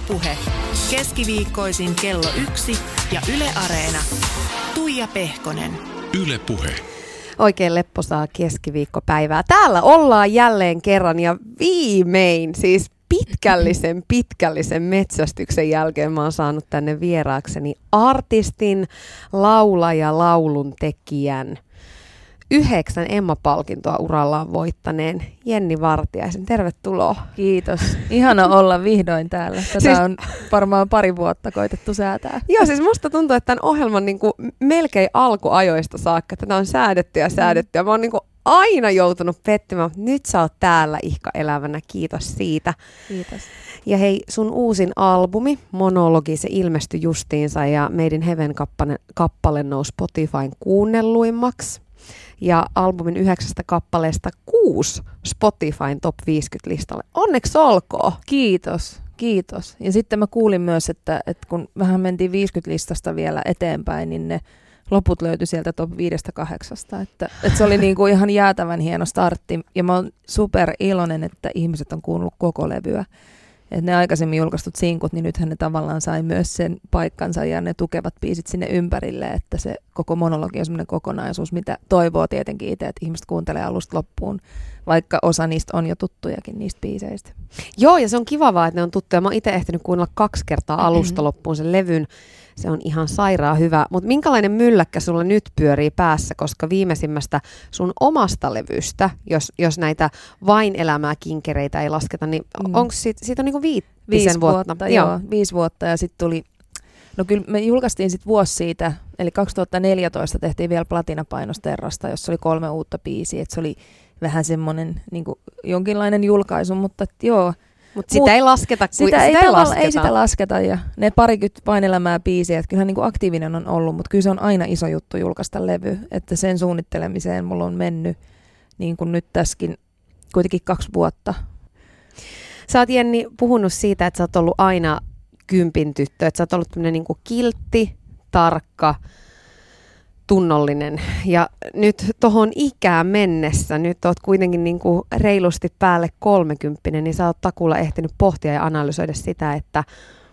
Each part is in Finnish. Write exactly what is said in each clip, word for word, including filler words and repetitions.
Puhe. Keskiviikkoisin kello yksi ja Yle Areena. Tuija Pehkonen. Yle Puhe. Oikein lepposaa keskiviikkopäivää. Täällä ollaan jälleen kerran ja viimein, siis pitkällisen pitkällisen metsästyksen jälkeen mä oon saanut tänne vieraakseni artistin, laulaja, laulun tekijän, yhdeksän Emma-palkintoa urallaan voittaneen Jenni Vartiaisen. Tervetuloa. Kiitos. Ihana olla vihdoin täällä. Tätä siis on varmaan pari vuotta koitettu säätää. Joo, siis musta tuntuu, että tämän ohjelman niin kuin melkein alkuajoista saakka tätä on säädetty ja säädetty. Ja mä oon niin kuin aina joutunut pettymään. Nyt sä oot täällä ihka elävänä. Kiitos siitä. Kiitos. Ja hei, sun uusin albumi, Monologi, se ilmestyi justiinsa ja Made in Heaven kappale, kappale nousi Spotifyn kuunnelluimmaksi. Ja albumin yhdeksästä kappaleesta kuusi Spotifyn top viisikymmentä-listalle. Onneksi olkoon! Kiitos, kiitos. Ja sitten mä kuulin myös, että, että kun vähän mentiin viisikymmentä-listasta vielä eteenpäin, niin ne loput löytyi sieltä top viidestä kahdeksasta. Että, että se oli niin kuin ihan jäätävän hieno startti. Ja mä oon super iloinen, että ihmiset on kuunnellut koko levyä. Että ne aikaisemmin julkaistut sinkut, niin nythän ne tavallaan sai myös sen paikkansa ja ne tukevat biisit sinne ympärille, että se koko monologi on semmoinen kokonaisuus, mitä toivoo tietenkin itse, että ihmiset kuuntelee alusta loppuun, vaikka osa niistä on jo tuttujakin niistä biiseistä. Joo, ja se on kiva vaan, että ne on tuttuja. Mä oon itse ehtinyt kuunnella kaksi kertaa alusta loppuun sen levyn. Se on ihan sairaan hyvä. Mutta minkälainen mylläkkä sulla nyt pyörii päässä, koska viimeisimmästä sun omasta levystä, jos, jos näitä vain elämää kinkereitä ei lasketa, niin mm. onko siitä, siitä on niinku viitisen Viisi vuotta? vuotta, joo. joo. Viisi vuotta ja sitten tuli, no kyllä me julkaistiin sitten vuosi siitä, eli kaksituhattaneljätoista tehtiin vielä platinapainos Terrasta, jossa oli kolme uutta biisiä, että se oli vähän semmoinen niinku jonkinlainen julkaisu, mutta joo. Mutta sitä ei lasketa. Sitä, sitä ei, ei, lasketa. ei sitä lasketa ja ne parikymmentä vain elämää biisiä, että kyllähän niinku aktiivinen on ollut, mutta kyllä se on aina iso juttu julkaista levy, että sen suunnittelemiseen mulla on mennyt niin kuin nyt tässäkin kuitenkin kaksi vuotta. Sä oot, Jenni, puhunut siitä, että sä oot ollut aina kympin tyttö, että sä oot ollut tämmöinen niinku kiltti, tarkka, tunnollinen. Ja nyt tohon ikään mennessä, nyt oot kuitenkin niinku reilusti päälle kolmekymppinen, niin sä oot takuulla ehtinyt pohtia ja analysoida sitä, että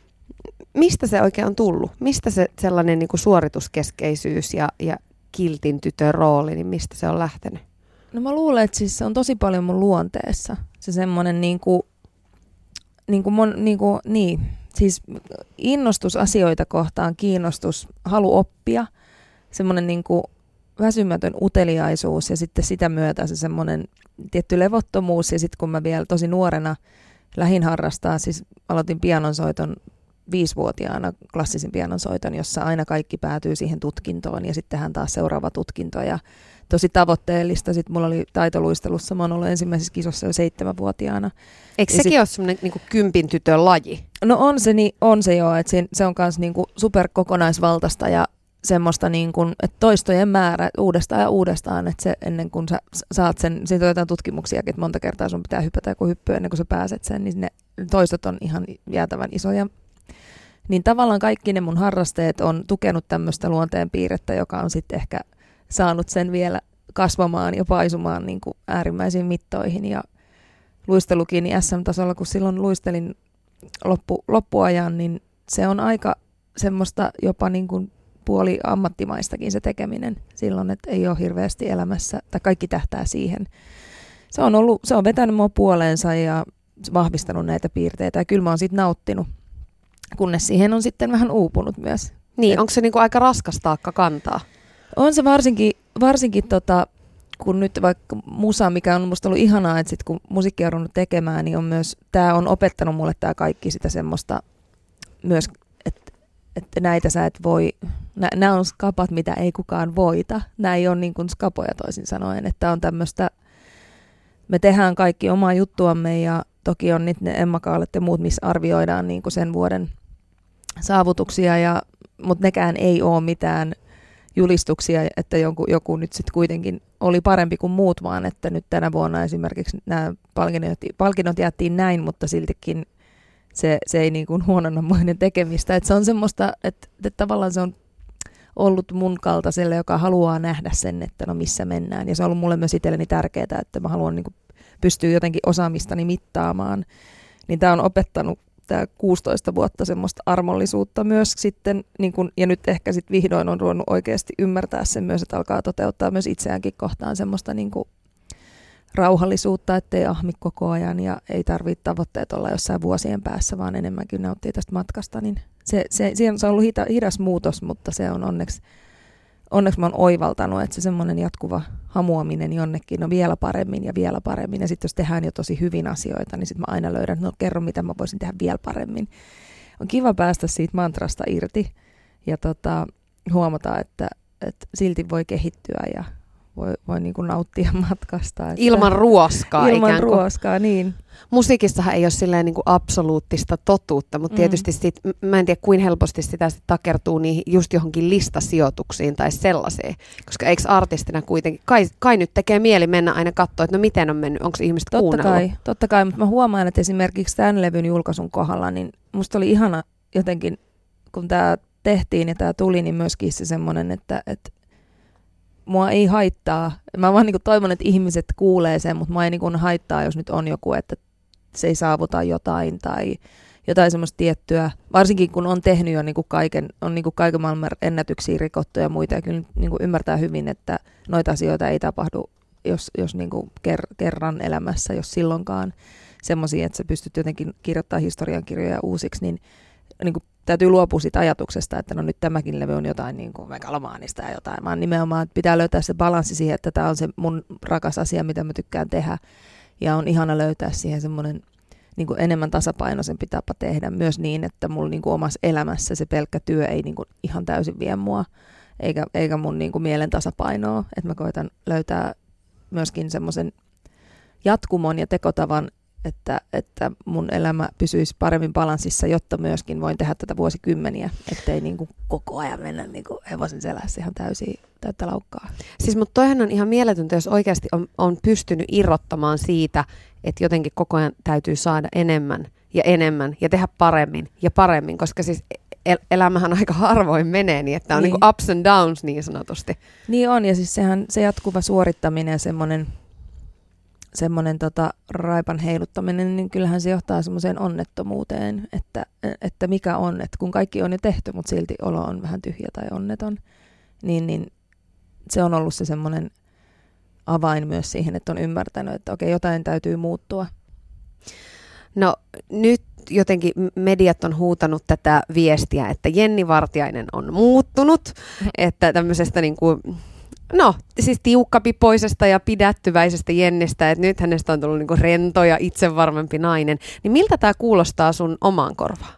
mistä se oikein on tullut? Mistä se sellainen niinku suorituskeskeisyys ja, ja kiltin tytön rooli, niin mistä se on lähtenyt? No mä luulen, että siis se on tosi paljon mun luonteessa. Se semmoinen niinku, niinku mon, niinku, niin, siis innostus asioita kohtaan, kiinnostus, halu oppia, semmoinen niinku väsymätön uteliaisuus ja sitten sitä myötä se semmoinen tietty levottomuus. Ja sitten kun mä vielä tosi nuorena lähin harrastaa, siis aloitin pianonsoiton viisivuotiaana, klassisen pianonsoiton, jossa aina kaikki päätyy siihen tutkintoon ja sittenhän taas seuraava tutkinto ja tosi tavoitteellista. Sitten mulla oli taitoluistelussa, mä oon ollut ensimmäisessä kisossa jo seitsemänvuotiaana. Eikö ja sekin sit, ole semmoinen niinku kympin tytön laji? No on se, niin, on se joo, että se, se on myös niinku superkokonaisvaltaista ja semmoista, niin kuin, että toistojen määrä uudestaan ja uudestaan, että se ennen kuin sä saat sen, siitä on jotain tutkimuksiakin, että monta kertaa sun pitää hypätä joku hyppy ennen kuin sä pääset sen, niin ne toistot on ihan jäätävän isoja. Niin tavallaan kaikki ne mun harrasteet on tukenut tämmöistä luonteen piirrettä, joka on sitten ehkä saanut sen vielä kasvamaan ja paisumaan niin kuin äärimmäisiin mittoihin. Ja luistelukin niin S M-tasolla, kun silloin luistelin loppu, loppuajan, niin se on aika semmoista jopa niin kuin puoli ammattimaistakin se tekeminen silloin, että ei ole hirveästi elämässä, tai kaikki tähtää siihen. Se on, ollut, se on vetänyt mua puoleensa ja vahvistanut näitä piirteitä, ja kyllä mä oon siitä nauttinut, kunnes siihen on sitten vähän uupunut myös. Niin, Et, onko se niinku aika raskas taakka kantaa? On se varsinkin, varsinkin tota, kun nyt vaikka musa, mikä on musta ollut ihanaa, että sit kun musiikkia on ruvennut tekemään, niin on myös, tää on opettanut mulle tää kaikki sitä semmoista myös, että että näitä sä et voi, nämä on skapat, mitä ei kukaan voita. Nämä ei ole niin kuin skapoja toisin sanoen, että on tämmöistä, me tehdään kaikki omaa juttuamme ja toki on nyt ne Emma-kaalet ja muut, missä arvioidaan niin kuin sen vuoden saavutuksia, ja, mutta nekään ei ole mitään julistuksia, että joku, joku nyt sitten kuitenkin oli parempi kuin muut, vaan että nyt tänä vuonna esimerkiksi nämä palkinnot, palkinnot jaettiin näin, mutta siltikin Se, se ei niin kuin huononammoinen tekemistä. Et se on semmoista, että, että tavallaan se on ollut mun kaltaiselle, joka haluaa nähdä sen, että no missä mennään. Ja se on ollut mulle myös itselleni tärkeää, että mä haluan niin kuin pystyä jotenkin osaamistani mittaamaan. Niin tämä on opettanut tämä kuusitoista vuotta semmoista armollisuutta myös sitten, niin kun, ja nyt ehkä sitten vihdoin on ruvennut oikeasti ymmärtää sen myös, että alkaa toteuttaa myös itseäänkin kohtaan semmoista niin kuin rauhallisuutta, ettei ahmi koko ajan ja ei tarvitse tavoitteet olla jossain vuosien päässä, vaan enemmänkin nauttii tästä matkasta. Niin se, se, se on ollut hita, hidas muutos, mutta se on onneksi, onneksi mä oon oivaltanut, että se semmoinen jatkuva hamuaminen jonnekin on vielä paremmin ja vielä paremmin. Ja sitten jos tehdään jo tosi hyvin asioita, niin sitten mä aina löydän, no kerro mitä mä voisin tehdä vielä paremmin. On kiva päästä siitä mantrasta irti ja tota, huomata, että, että silti voi kehittyä ja voi, voi niin kuin nauttia matkasta. Että ilman ruoskaa ilman ikään kuin. ruoskaa, niin. Musiikissahan ei ole silleen niin kuin absoluuttista totuutta, mutta tietysti sit, mä en tiedä kuinka helposti sitä sit takertuu niihin just johonkin listasijoituksiin tai sellaisiin, koska eikö artistina kuitenkin, kai, kai nyt tekee mieli mennä aina katsoa, että no miten on mennyt, onko ihmiset totta kuunnellut? Kai, totta kai, mutta mä huomaan, että esimerkiksi tämän levyn julkaisun kohdalla, niin musta oli ihana jotenkin, kun tämä tehtiin ja tämä tuli, niin myöskin se semmoinen, että, että mua ei haittaa. Mä vaan niinku toivon, että ihmiset kuulee sen, mutta mua ei niinku haittaa, jos nyt on joku, että se ei saavuta jotain tai jotain semmoista tiettyä. Varsinkin kun on tehnyt jo niinku kaiken, on niinku kaiken maailman ennätyksiä rikottu ja muita. Ja kyllä niinku ymmärtää hyvin, että noita asioita ei tapahdu, jos, jos niinku ker- kerran elämässä, jos silloinkaan semmoisia, että sä pystyt jotenkin kirjoittamaan historiankirjoja uusiksi, niin niinku täytyy luopua siitä ajatuksesta, että no nyt tämäkin levy on jotain niin kuin megalomaanista ja jotain, vaan nimenomaan että pitää löytää se balanssi siihen, että tämä on se mun rakas asia, mitä mä tykkään tehdä, ja on ihana löytää siihen semmoinen niin kuin enemmän tasapainoisempi tapa tehdä myös niin, että mulla niin kuin omassa elämässä se pelkkä työ ei niin kuin ihan täysin vie mua, eikä, eikä mun niin kuin mielen tasapainoa, että mä koitan löytää myöskin semmoisen jatkumon ja tekotavan, Että, että mun elämä pysyisi paremmin balanssissa, jotta myöskin voin tehdä tätä vuosikymmeniä, ettei niin kuin koko ajan mennä niin kuin hevosen selässä ihan täysin täyttä laukkaa. Siis mutta toihan on ihan mieletöntä, jos oikeasti on, on pystynyt irrottamaan siitä, että jotenkin koko ajan täytyy saada enemmän ja enemmän ja tehdä paremmin ja paremmin, koska siis el- elämähän aika harvoin menee niin, että on niin. Niin kuin ups and downs niin sanotusti. Niin on, ja siis sehän se jatkuva suorittaminen ja semmoinen semmoinen tota, raipan heiluttaminen, niin kyllähän se johtaa semmoiseen onnettomuuteen, että, että mikä on, että kun kaikki on jo tehty, mutta silti olo on vähän tyhjä tai onneton, niin, niin se on ollut se semmoinen avain myös siihen, että on ymmärtänyt, että okei, jotain täytyy muuttua. No nyt jotenkin mediat on huutanut tätä viestiä, että Jenni Vartiainen on muuttunut, että tämmöisestä niin kuin no, siis tiukkapipoisesta ja pidättyväisestä Jennistä, että nyt hänestä on tullut niinku rento ja itsevarmempi nainen. Niin miltä tämä kuulostaa sun omaan korvaan?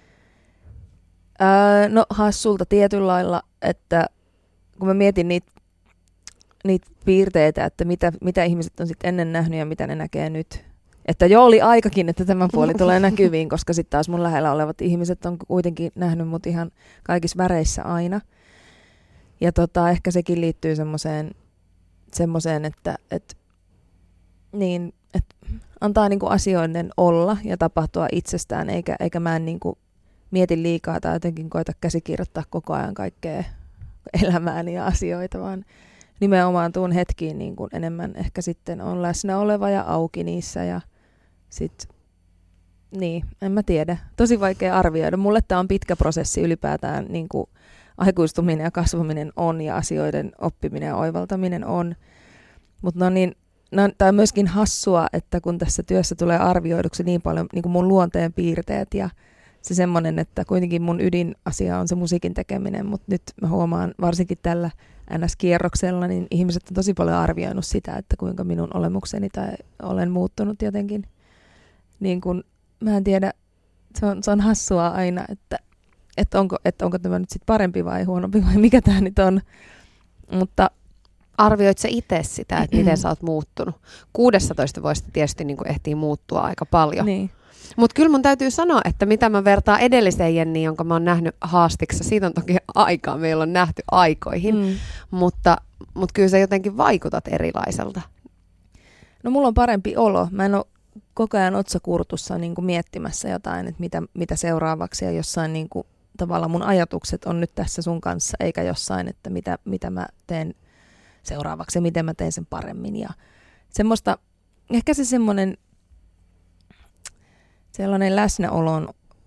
Öö, no hassulta tietyllä lailla, että kun mä mietin niitä, niitä piirteitä, että mitä, mitä ihmiset on sitten ennen nähnyt ja mitä ne näkee nyt. Että jo oli aikakin, että tämä puoli tulee näkyviin, koska sitten taas mun lähellä olevat ihmiset on kuitenkin nähnyt mut ihan kaikissa väreissä aina. Ja tota, ehkä sekin liittyy semmoiseen, semmoiseen että, että, niin, että antaa niinku asioiden olla ja tapahtua itsestään, eikä, eikä mä en niinku mieti liikaa tai jotenkin koita käsikirjoittaa koko ajan kaikkea elämääni ja asioita, vaan nimenomaan tuun hetkiin niin kuin enemmän ehkä sitten on läsnä oleva ja auki niissä ja sit, niin, en mä tiedä. Tosi vaikea arvioida. Mulle tää on pitkä prosessi ylipäätään niin kuin aikuistuminen ja kasvaminen on ja asioiden oppiminen ja oivaltaminen on. Mutta no niin, no, tämä on myöskin hassua, että kun tässä työssä tulee arvioiduksi niin paljon niin kuin mun luonteen piirteet ja se semmoinen, että kuitenkin mun ydinasia on se musiikin tekeminen, mutta nyt mä huomaan varsinkin tällä N S-kierroksella, niin ihmiset on tosi paljon arvioinut sitä, että kuinka minun olemukseni tai olen muuttunut jotenkin. Niin kun, mä en tiedä, se on, se on hassua aina, että Että onko, että onko tämä nyt sit parempi vai huonompi vai mikä tämä nyt on. Mutta arvioit sä itse sitä, että miten sä oot muuttunut? kuusitoista vuodesta tietysti niin kuin ehtii muuttua aika paljon. Niin. Mutta kyllä mun täytyy sanoa, että mitä mä vertaan edelliseen Jenniin, jonka mä oon nähnyt haastiksi. Siitä on toki aikaa, meillä on nähty aikoihin. Mm. Mutta, mutta kyllä sä jotenkin vaikutat erilaiselta. No mulla on parempi olo. Mä en ole koko ajan otsakurtussa niin kuin miettimässä jotain, että mitä, mitä seuraavaksi ja jossain niin kuin tavallaan mun ajatukset on nyt tässä sun kanssa, eikä jossain, että mitä, mitä mä teen seuraavaksi ja miten mä teen sen paremmin. Ja semmoista, ehkä se semmoinen sellainen läsnäolo on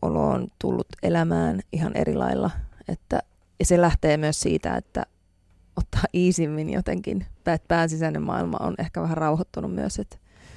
olo on tullut elämään ihan eri lailla. Että, ja se lähtee myös siitä, että ottaa iisimmin jotenkin. Että pään sisäinen maailma on ehkä vähän rauhoittunut myös, että,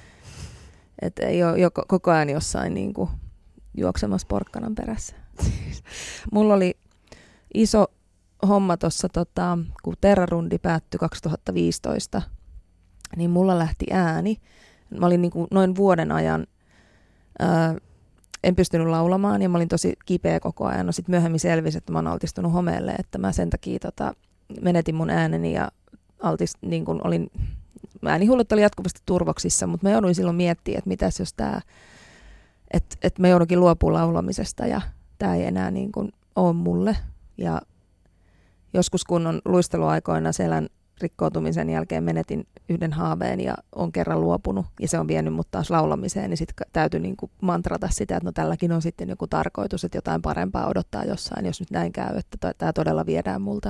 että ei ole joko, koko ajan jossain niin kuin juoksemassa porkkanan perässä. Mulla oli iso homma tuossa, tota, kun Terrarundi päättyi kaksituhattaviisitoista, niin mulla lähti ääni. Mä olin niin kuin noin vuoden ajan, ää, en pystynyt laulamaan ja mä olin tosi kipeä koko ajan. No sit myöhemmin selvisi, että mä oon altistunut homeelle, että mä sen takia tota, menetin mun ääneni ja altist, niin kuin olin, äänihullut oli jatkuvasti turvoksissa, mutta mä jouduin silloin miettimään, että mitäs jos tää, että et mä joudunkin luopumaan laulamisesta ja tää ei enää niin kuin ole mulle. Ja joskus kun on luisteluaikoina selän rikkoutumisen jälkeen menetin yhden haaveen ja on kerran luopunut ja se on vienyt mut taas laulamiseen, niin sitten täytyy niinku mantrata sitä, että no tälläkin on sitten joku tarkoitus, että jotain parempaa odottaa jossain, jos nyt näin käy, että tämä todella viedään multa.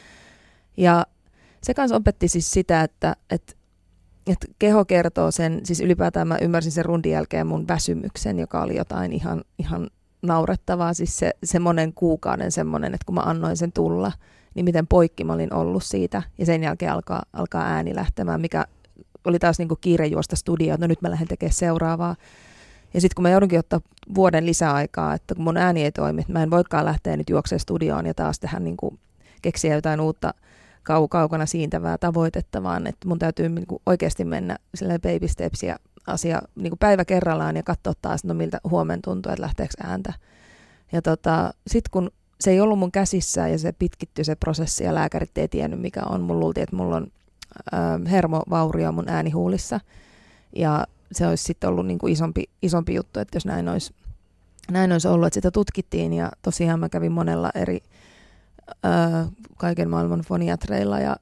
Ja se kanssa opetti siis sitä, että, että, että keho kertoo sen, siis ylipäätään mä ymmärsin sen rundin jälkeen mun väsymyksen, joka oli jotain ihan, ihan naurettavaa, siis se semmoinen kuukauden semmoinen, että kun mä annoin sen tulla, niin miten poikki mä olin ollut siitä. Ja sen jälkeen alkaa, alkaa ääni lähtemään, mikä oli taas niin kuin kiire juosta studioon, että no nyt mä lähden tekemään seuraavaa. Ja sitten kun mä joudunkin ottaa vuoden lisäaikaa, että kun mun ääni ei toimi, että mä en voikaan lähteä nyt juoksemaan studioon ja taas tehdä niin kuin keksiä jotain uutta kau- kaukana siintävää tavoitetta, vaan että mun täytyy niin kuin oikeasti mennä silleen baby steps ja asia niin kuin päivä kerrallaan ja katsoa taas, no miltä huomenna tuntuu, että lähteekö ääntä. Ja tota, sitten kun se ei ollut mun käsissä ja se pitkittyi se prosessi ja lääkärit ei tiennyt mikä on. Mun luultiin, että mulla on äh, hermovaurio mun äänihuulissa ja se olisi sitten ollut niinku isompi, isompi juttu, että jos näin olisi, näin olisi ollut, että sitä tutkittiin ja tosiaan mä kävin monella eri äh, kaiken maailman foniatreilla ja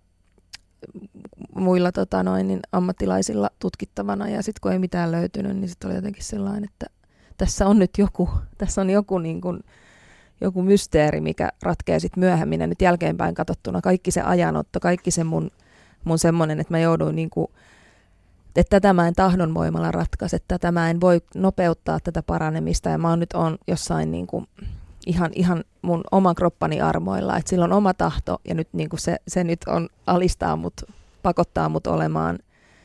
muilla tota noin, niin ammattilaisilla tutkittavana ja sitten kun ei mitään löytynyt, niin sitten oli jotenkin sellainen, että tässä on nyt joku, tässä on joku niin kuin joku mysteeri, mikä ratkeaa sitten myöhemmin ja nyt jälkeenpäin katsottuna kaikki se ajanotto, kaikki se mun, mun semmoinen, että mä jouduin niinku, että tätä mä en tahdon voimalla ratkaise, että tätä mä en voi nopeuttaa tätä paranemista ja mä oon nyt on jossain niinku ihan, ihan mun oman kroppani armoilla, että sillä on oma tahto ja nyt niinku se, se nyt on alistaa mut, pakottaa mut olemaan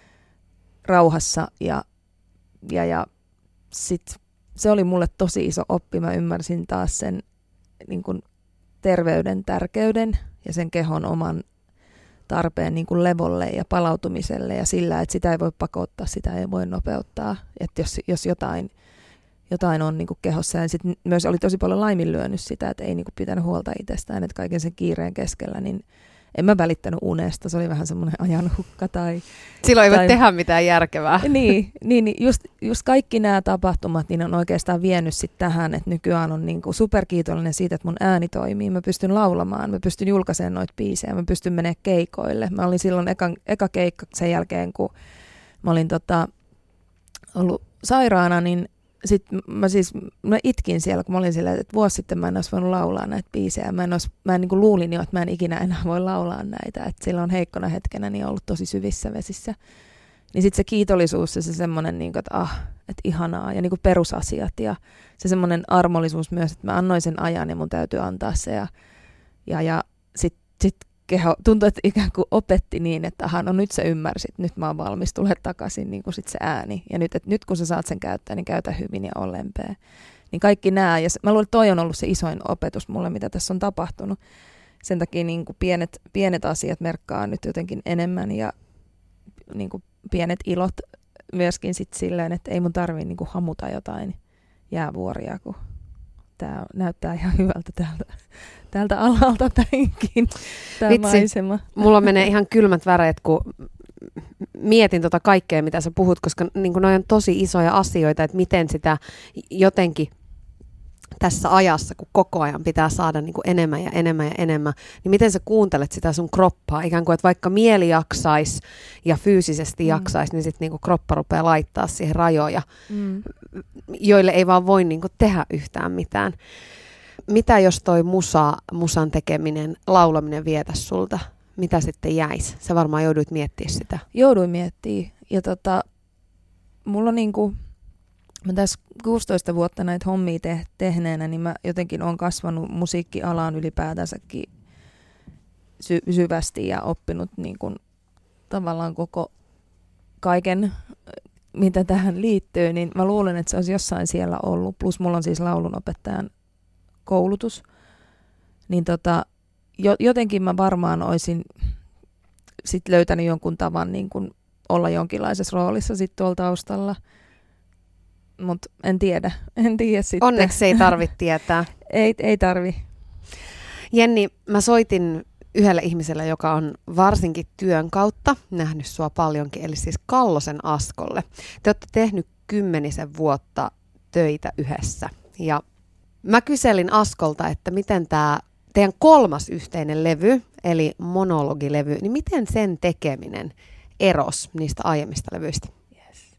rauhassa ja, ja, ja sit se oli mulle tosi iso oppi, mä ymmärsin taas sen niin kuin terveyden tärkeyden ja sen kehon oman tarpeen niin kuin levolle ja palautumiselle ja sillä, että sitä ei voi pakottaa, sitä ei voi nopeuttaa. Että jos, jos jotain, jotain on niin kuin kehossa ja sitten myös oli tosi paljon laiminlyönyt sitä, että ei niin kuin pitänyt huolta itsestään, että kaiken sen kiireen keskellä, niin en mä välittänyt unesta, se oli vähän semmoinen ajanhukka. Tai, silloin ei tai, voi tehdä mitään järkevää. Niin, niin, niin just, just kaikki nämä tapahtumat niin on oikeastaan vienyt sit tähän, että nykyään on niinku superkiitollinen siitä, että mun ääni toimii. Mä pystyn laulamaan, mä pystyn julkaisemaan noita biisejä, mä pystyn menemään keikoille. Mä olin silloin eka, eka keikka sen jälkeen, kun mä olin tota, ollut sairaana, niin sitten mä siis mä itkin siellä, kun mä olin silleen, että vuosi sitten mä en olisi voinut laulaa näitä biisejä. Mä, en olisi, mä en niin kuin luulin jo, että mä en ikinä enää voi laulaa näitä. Että silloin heikkona hetkenä niin on ollut tosi syvissä vesissä. Niin sitten se kiitollisuus ja se semmoinen, niin kuin, että ah, että ihanaa ja niin kuin perusasiat. Ja se semmoinen armollisuus myös, että mä annoin sen ajan ja mun täytyy antaa se. Ja, ja, ja sitten sit keho tuntui, että ikään kuin opetti niin, että aha, no nyt sä ymmärsit, nyt mä oon valmis, tule takaisin niin kuin sit se ääni. Ja nyt, että nyt kun sä saat sen käyttää, niin käytä hyvin ja ole lempeä. Niin kaikki nää, ja mä luulen, että toi on ollut se isoin opetus mulle, mitä tässä on tapahtunut. Sen takia niin kuin pienet, pienet asiat merkkaa nyt jotenkin enemmän ja niin kuin pienet ilot myöskin sit silleen, että ei mun tarvii niin kuin hamuta jotain jäävuoria, kun tää näyttää ihan hyvältä täältä, täältä alalta tämänkin, tämä Vitsi, maisema. Mulla menee ihan kylmät väreet, kun mietin tota kaikkea, mitä sä puhut, koska niin noi on tosi isoja asioita, että miten sitä jotenkin tässä ajassa, kun koko ajan pitää saada niin kuin enemmän ja enemmän ja enemmän, niin miten sä kuuntelet sitä sun kroppaa, ikään kuin, että vaikka mieli jaksaisi ja fyysisesti jaksaisi, mm. niin sitten niin kuin kroppa rupeaa laittaa siihen rajoja, mm. joille ei vaan voi niin kuin tehdä yhtään mitään. Mitä jos toi musa, musan tekeminen, laulaminen vietäisi sulta? Mitä sitten jäisi? Sä varmaan jouduit miettimään sitä. Jouduin miettimään. Ja tota, mulla on niinku, mä tässä kuusitoista vuotta näitä hommia te- tehneenä, niin mä jotenkin olen kasvanut musiikkialaan ylipäätänsäkin sy- syvästi ja oppinut niin kuin tavallaan koko kaiken, mitä tähän liittyy, niin mä luulen, että se olisi jossain siellä ollut. Plus mulla on siis laulunopettajan koulutus. Niin tota, jo, jotenkin mä varmaan olisin sit löytänyt jonkun tavan niin kun olla jonkinlaisessa roolissa sit tuolla taustalla. Mutta en tiedä. En tiedä sitten. Onneksi ei tarvitse tietää. ei, ei tarvi. Jenni, mä soitin yhdelle ihmiselle, joka on varsinkin työn kautta nähnyt sua paljonkin, eli siis Kallosen Askolle. Te olette tehnyt kymmenisen vuotta töitä yhdessä. Ja mä kyselin Askolta, että miten tämä teidän kolmas yhteinen levy, eli monologilevy, niin miten sen tekeminen erosi niistä aiemmista levyistä? Yes.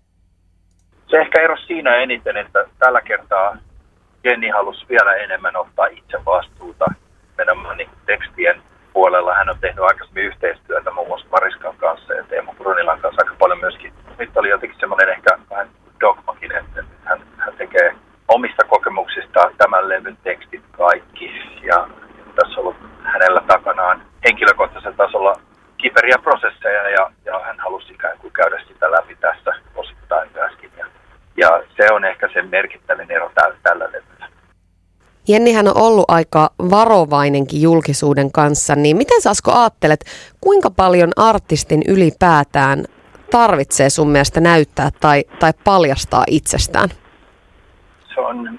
Se ehkä erosi siinä eniten, että tällä kertaa Jenni halusi vielä enemmän ottaa itse vastuuta menemään niin tekstien puolella. Hän on tehnyt aikaisemmin yhteistyötä muun muassa Mariskan kanssa ja Teemu Brunilan kanssa aika paljon myöskin. Nyt oli jotenkin semmoinen ehkä vähän dogmakin, että hän, hän tekee omista kokemuksistaan tämän levyn tekstit kaikki. Ja tässä on ollut hänellä takanaan henkilökohtaisella tasolla kiperiä prosesseja ja, ja hän halusi ikään kuin käydä sitä läpi tässä osittain myöskin. Ja, ja se on ehkä se merkittävin ero tällä, tällä levyllä. Jennihän on ollut aika varovainenkin julkisuuden kanssa, niin miten sä Asko ajattelet, kuinka paljon artistin ylipäätään tarvitsee sun mielestä näyttää tai, tai paljastaa itsestään? Se on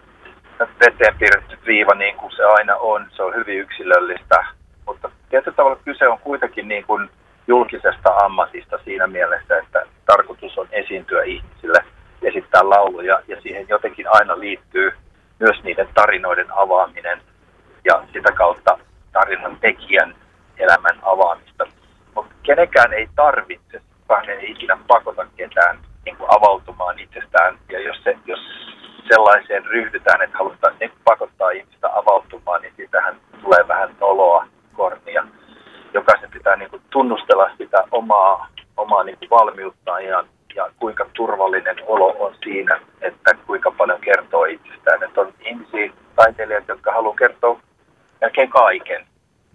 veteen piirretty viiva niin kuin se aina on, se on hyvin yksilöllistä, mutta tietyllä tavalla kyse on kuitenkin niin kuin julkisesta ammatista siinä mielessä, että tarkoitus on esiintyä ihmisille, esittää lauluja ja siihen jotenkin aina liittyy myös niiden tarinoiden avaaminen ja sitä kautta tarinan tekijän elämän avaamista. Mutta kenenkään ei tarvitse, vaan ei ikinä pakota ketään niin kuin avautumaan itsestään. Ja jos, se, jos sellaiseen ryhdytään, että halutaan niin pakottaa ihmistä avautumaan, niin siitähän tulee vähän noloa, kornia. Jokaisen pitää niin kuin tunnustella sitä omaa, omaa niin kuin valmiuttaan ja ja kuinka turvallinen olo on siinä, että kuinka paljon kertoo itsestään. Että on ihmisiä, taiteilijoita, jotka haluaa kertoa melkein kaiken.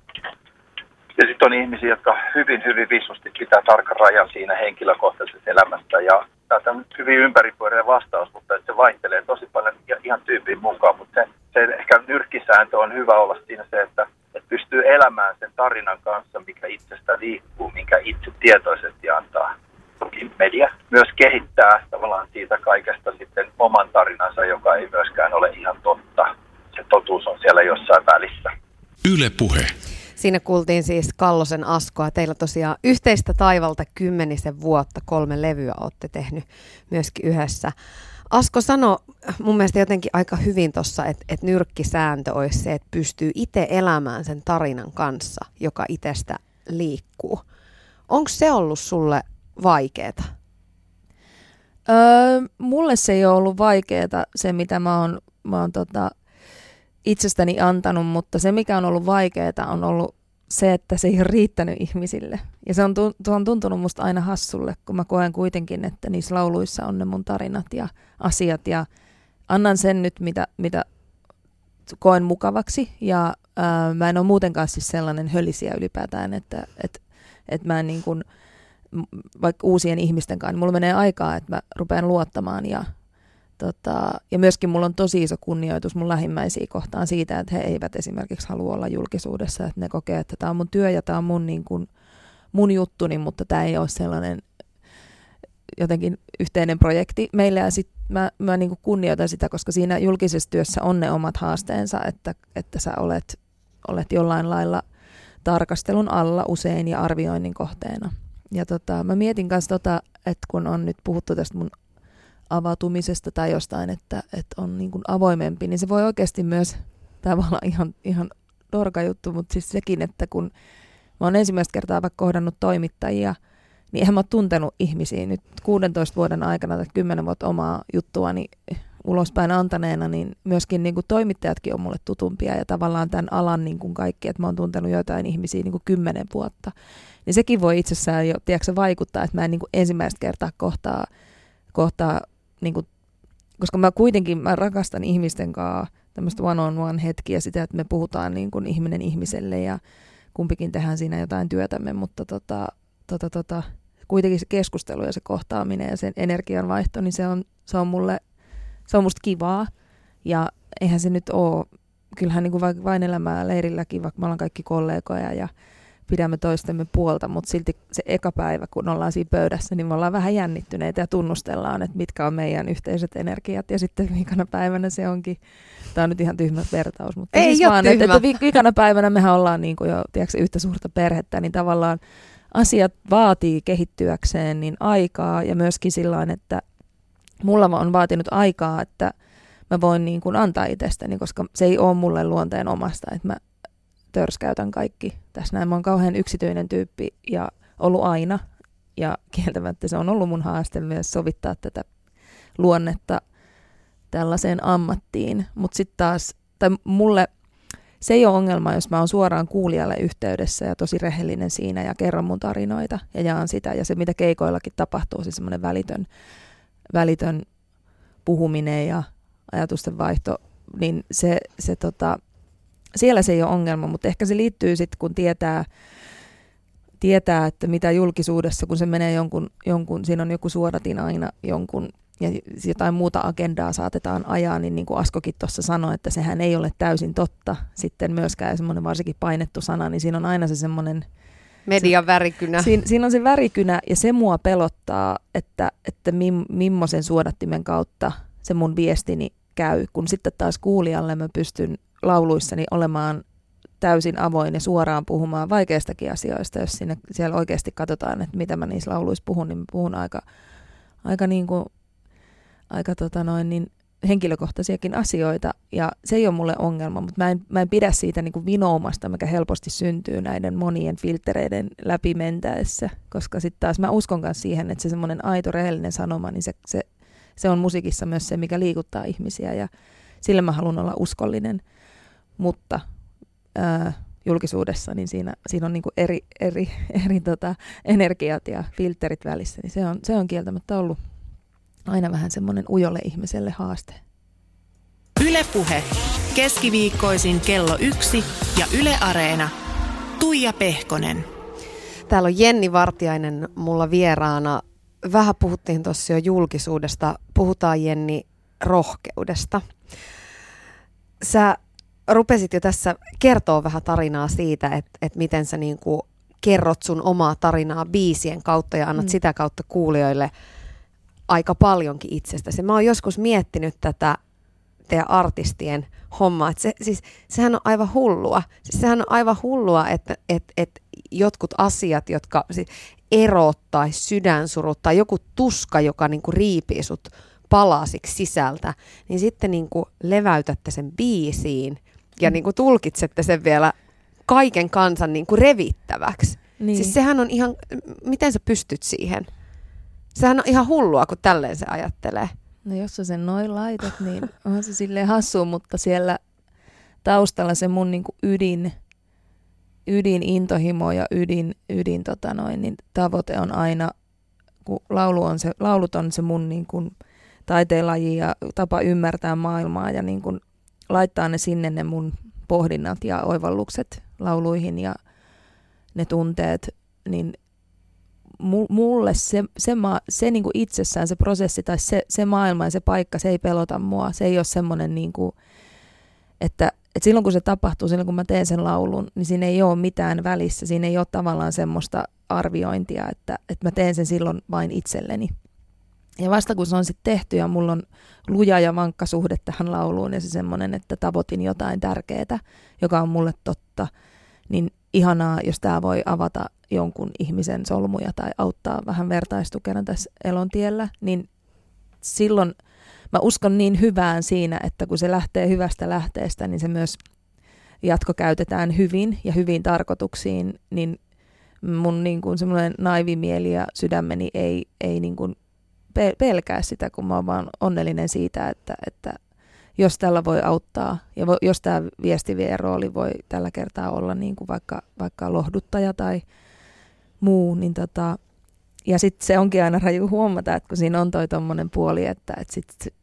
Ja sitten on ihmisiä, jotka hyvin, hyvin visusti pitää tarkan rajan siinä henkilökohtaisessa elämässä. Ja tämä on nyt hyvin ympäripyöreä vastaus, mutta se vaihtelee tosi paljon ja ihan tyypin mukaan. Mutta se, se ehkä nyrkkisääntö on hyvä olla siinä se, että, että pystyy elämään sen tarinan kanssa, mikä itsestä liikkuu, minkä itse tietoisesti antaa. Media myös kehittää tavallaan siitä kaikesta sitten oman tarinansa, joka ei myöskään ole ihan totta. Se totuus on siellä jossain välissä. Yle Puhe. Siinä kuultiin siis Kallosen Askoa. Teillä tosiaan yhteistä taivalta kymmenisen vuotta, kolme levyä olette tehnyt myöskin yhdessä. Asko sanoi mun mielestä jotenkin aika hyvin tuossa, että, että nyrkkisääntö olisi se, että pystyy itse elämään sen tarinan kanssa, joka itsestä liikkuu. Onko se ollut sulle vaikeeta? Öö, mulle se ei ole ollut vaikeeta, se mitä mä oon, mä oon tota, itsestäni antanut, mutta se mikä on ollut vaikeeta on ollut se, että se ei ole riittänyt ihmisille. Ja se on, se on tuntunut musta aina hassulle, kun mä koen kuitenkin, että niissä lauluissa on ne mun tarinat ja asiat ja annan sen nyt, mitä, mitä koen mukavaksi. Ja ää, mä en ole muutenkaan siis sellainen hölisiä ylipäätään, että et, et mä en niin kuin vaikka uusien ihmisten kanssa, niin mulla menee aikaa, että mä rupean luottamaan ja, tota, ja myöskin mulla on tosi iso kunnioitus mun lähimmäisiä kohtaan siitä, että he eivät esimerkiksi halua olla julkisuudessa, että ne kokee, että tämä on mun työ ja tämä on mun, niin kuin, mun juttuni, mutta tämä ei ole sellainen jotenkin yhteinen projekti meille ja sit mä, mä niin kuin kunnioitan sitä, koska siinä julkisessa työssä on ne omat haasteensa, että, että sä olet, olet jollain lailla tarkastelun alla usein ja arvioinnin kohteena. Ja tota, mä mietin kanssa, tota, että kun on nyt puhuttu tästä mun avautumisesta tai jostain, että, että on niin kuin avoimempi, niin se voi oikeasti myös, tämä voi olla ihan, ihan dorka juttu, mutta siis sekin, että kun mä oon ensimmäistä kertaa vaikka kohdannut toimittajia, niin eihän mä oon tuntenut ihmisiä nyt kuudentoista vuoden aikana tai kymmenen vuotta omaa juttuani ulospäin antaneena, niin myöskin niin kuin toimittajatkin on mulle tutumpia ja tavallaan tämän alan niin kuin kaikki, että mä oon tuntenut jotain ihmisiä niin kuin kymmenen vuotta. Niin sekin voi itsessään jo, tiedätkö, vaikuttaa, että mä en niin kuin ensimmäistä kertaa kohtaa, kohtaa niin kuin koska mä kuitenkin mä rakastan ihmisten kanssa tämmöistä one-on-one hetkiä, sitä, että me puhutaan niin kuin ihminen ihmiselle ja kumpikin tehdään siinä jotain työtämme, mutta tota, tota, tota, kuitenkin se keskustelu ja se kohtaaminen ja sen energianvaihto, niin se on, se on mulle, se on musta kivaa. Ja eihän se nyt ole, kyllähän niin kuin vaikka vain elämää leirilläkin, vaikka me ollaan kaikki kollegoja ja pidämme toistemme puolta, mutta silti se eka päivä, kun ollaan siinä pöydässä, niin me ollaan vähän jännittyneitä ja tunnustellaan, että mitkä on meidän yhteiset energiat. Ja sitten viikana päivänä se onkin, tämä on nyt ihan tyhmä vertaus, mutta ei siis vaan, tyhmä. että, että viikana päivänä mehän ollaan niin kuin jo tiedätkö, yhtä suurta perhettä, niin tavallaan asiat vaatii kehittyäkseen niin aikaa ja myöskin sillain, että mulla on vaatinut aikaa, että mä voin niin kuin antaa itsestäni, koska se ei ole mulle luonteen omasta, että mä törskäytän kaikki. Tässä näin mä oon kauhean yksityinen tyyppi ja ollut aina. Ja kieltämättä se on ollut mun haaste myös sovittaa tätä luonnetta tällaiseen ammattiin. Mutta sitten taas, tai mulle se ei ole ongelma, jos mä oon suoraan kuulijalle yhteydessä ja tosi rehellinen siinä ja kerron mun tarinoita ja jaan sitä. Ja se, mitä keikoillakin tapahtuu, siis semmoinen välitön, välitön puhuminen ja ajatusten vaihto, niin se, se tota, siellä se ei ole ongelma, mutta ehkä se liittyy sitten, kun tietää, tietää, että mitä julkisuudessa, kun se menee jonkun, jonkun, siinä on joku suodatin aina jonkun, ja jotain muuta agendaa saatetaan ajaa, niin niin kuin Askokin tuossa sanoi, että sehän ei ole täysin totta sitten myöskään, semmoinen varsinkin painettu sana, niin siinä on aina se semmoinen median värikynä. Siinä, siinä on se värikynä, ja se mua pelottaa, että, että mim, millaisen suodattimen kautta se mun viestini käy, kun sitten taas kuulijalle mä pystyn lauluissani olemaan täysin avoin ja suoraan puhumaan vaikeistakin asioista. Jos siinä, siellä oikeasti katsotaan, että mitä mä niissä lauluissa puhun, niin mä puhun aika, aika, niin kuin, aika tota noin, niin henkilökohtaisiakin asioita. Ja se ei ole mulle ongelma, mutta mä en, mä en pidä siitä niin kuin vinoumasta, mikä helposti syntyy näiden monien filtreiden läpi mentäessä. Koska sitten taas mä uskon myös siihen, että se semmoinen aito, rehellinen sanoma, niin se, se, se on musiikissa myös se, mikä liikuttaa ihmisiä. Ja sillä mä haluan olla uskollinen. Mutta ää, julkisuudessa, niin siinä, siinä on niinku eri, eri, eri tota, energiat ja filterit välissä, niin se on, se on kieltämättä ollut aina vähän semmoinen ujolle ihmiselle haaste. Yle Puhe. Keskiviikkoisin kello yksi ja Yle Areena. Tuija Pehkonen. Täällä on Jenni Vartiainen mulla vieraana. Vähän puhuttiin tuossa jo julkisuudesta. Puhutaan, Jenni, rohkeudesta. Sä rupesit jo tässä kertoa vähän tarinaa siitä, että, että miten sä niin kuin kerrot sun omaa tarinaa biisien kautta ja annat mm. sitä kautta kuulijoille aika paljonkin itsestäsi. Mä oon joskus miettinyt tätä teidän artistien hommaa, että se, siis, sehän on aivan hullua. Siis sehän on aivan hullua, että, että, että jotkut asiat, jotka siis erot tai sydänsurut tai joku tuska, joka niin kuin riipii sut palasiksi sisältä, niin sitten niin kuin leväytätte sen biisiin ja niin kuin tulkitsette sen vielä kaiken kansan niin kuin revittäväksi. Niin. Siis sehän on ihan, miten sä pystyt siihen? Sehän on ihan hullua, kun tälleen se ajattelee. No jos sä sen noin laitat, niin onhan se silleen hassu, mutta siellä taustalla se mun niin kuin ydin, ydin intohimo ja ydin, ydin tota noin, niin tavoite on aina, kun laulu on se, laulut on se mun niin kuin taiteenlaji ja tapa ymmärtää maailmaa ja niin kuin laittaa ne sinne ne mun pohdinnat ja oivallukset lauluihin ja ne tunteet, niin mulle se, se, ma, se niin kuin itsessään se prosessi tai se, se maailma ja se paikka, se ei pelota mua. Se ei ole semmoinen, niin kuin, että, että silloin kun se tapahtuu, silloin kun mä teen sen laulun, niin siinä ei ole mitään välissä. Siinä ei ole tavallaan semmoista arviointia, että, että mä teen sen silloin vain itselleni. Ja vasta kun se on sitten tehty ja mulla on luja ja vankka suhde tähän lauluun ja se semmoinen, että tavoitin jotain tärkeää, joka on mulle totta, niin ihanaa, jos tämä voi avata jonkun ihmisen solmuja tai auttaa vähän vertaistukena tässä elontiellä, niin silloin mä uskon niin hyvään siinä, että kun se lähtee hyvästä lähteestä, niin se myös jatkokäytetään hyvin ja hyviin tarkoituksiin, niin mun niin kuin semmoinen naivi mieli ja sydämeni ei, ei niin kuin pelkää sitä, kun mä oon vaan onnellinen siitä, että, että jos tällä voi auttaa ja vo, jos tämä viestivien rooli voi tällä kertaa olla niin kuin vaikka, vaikka lohduttaja tai muu, niin tota, ja sitten se onkin aina raju huomata, että kun siinä on toi tommonen puoli, että, että sit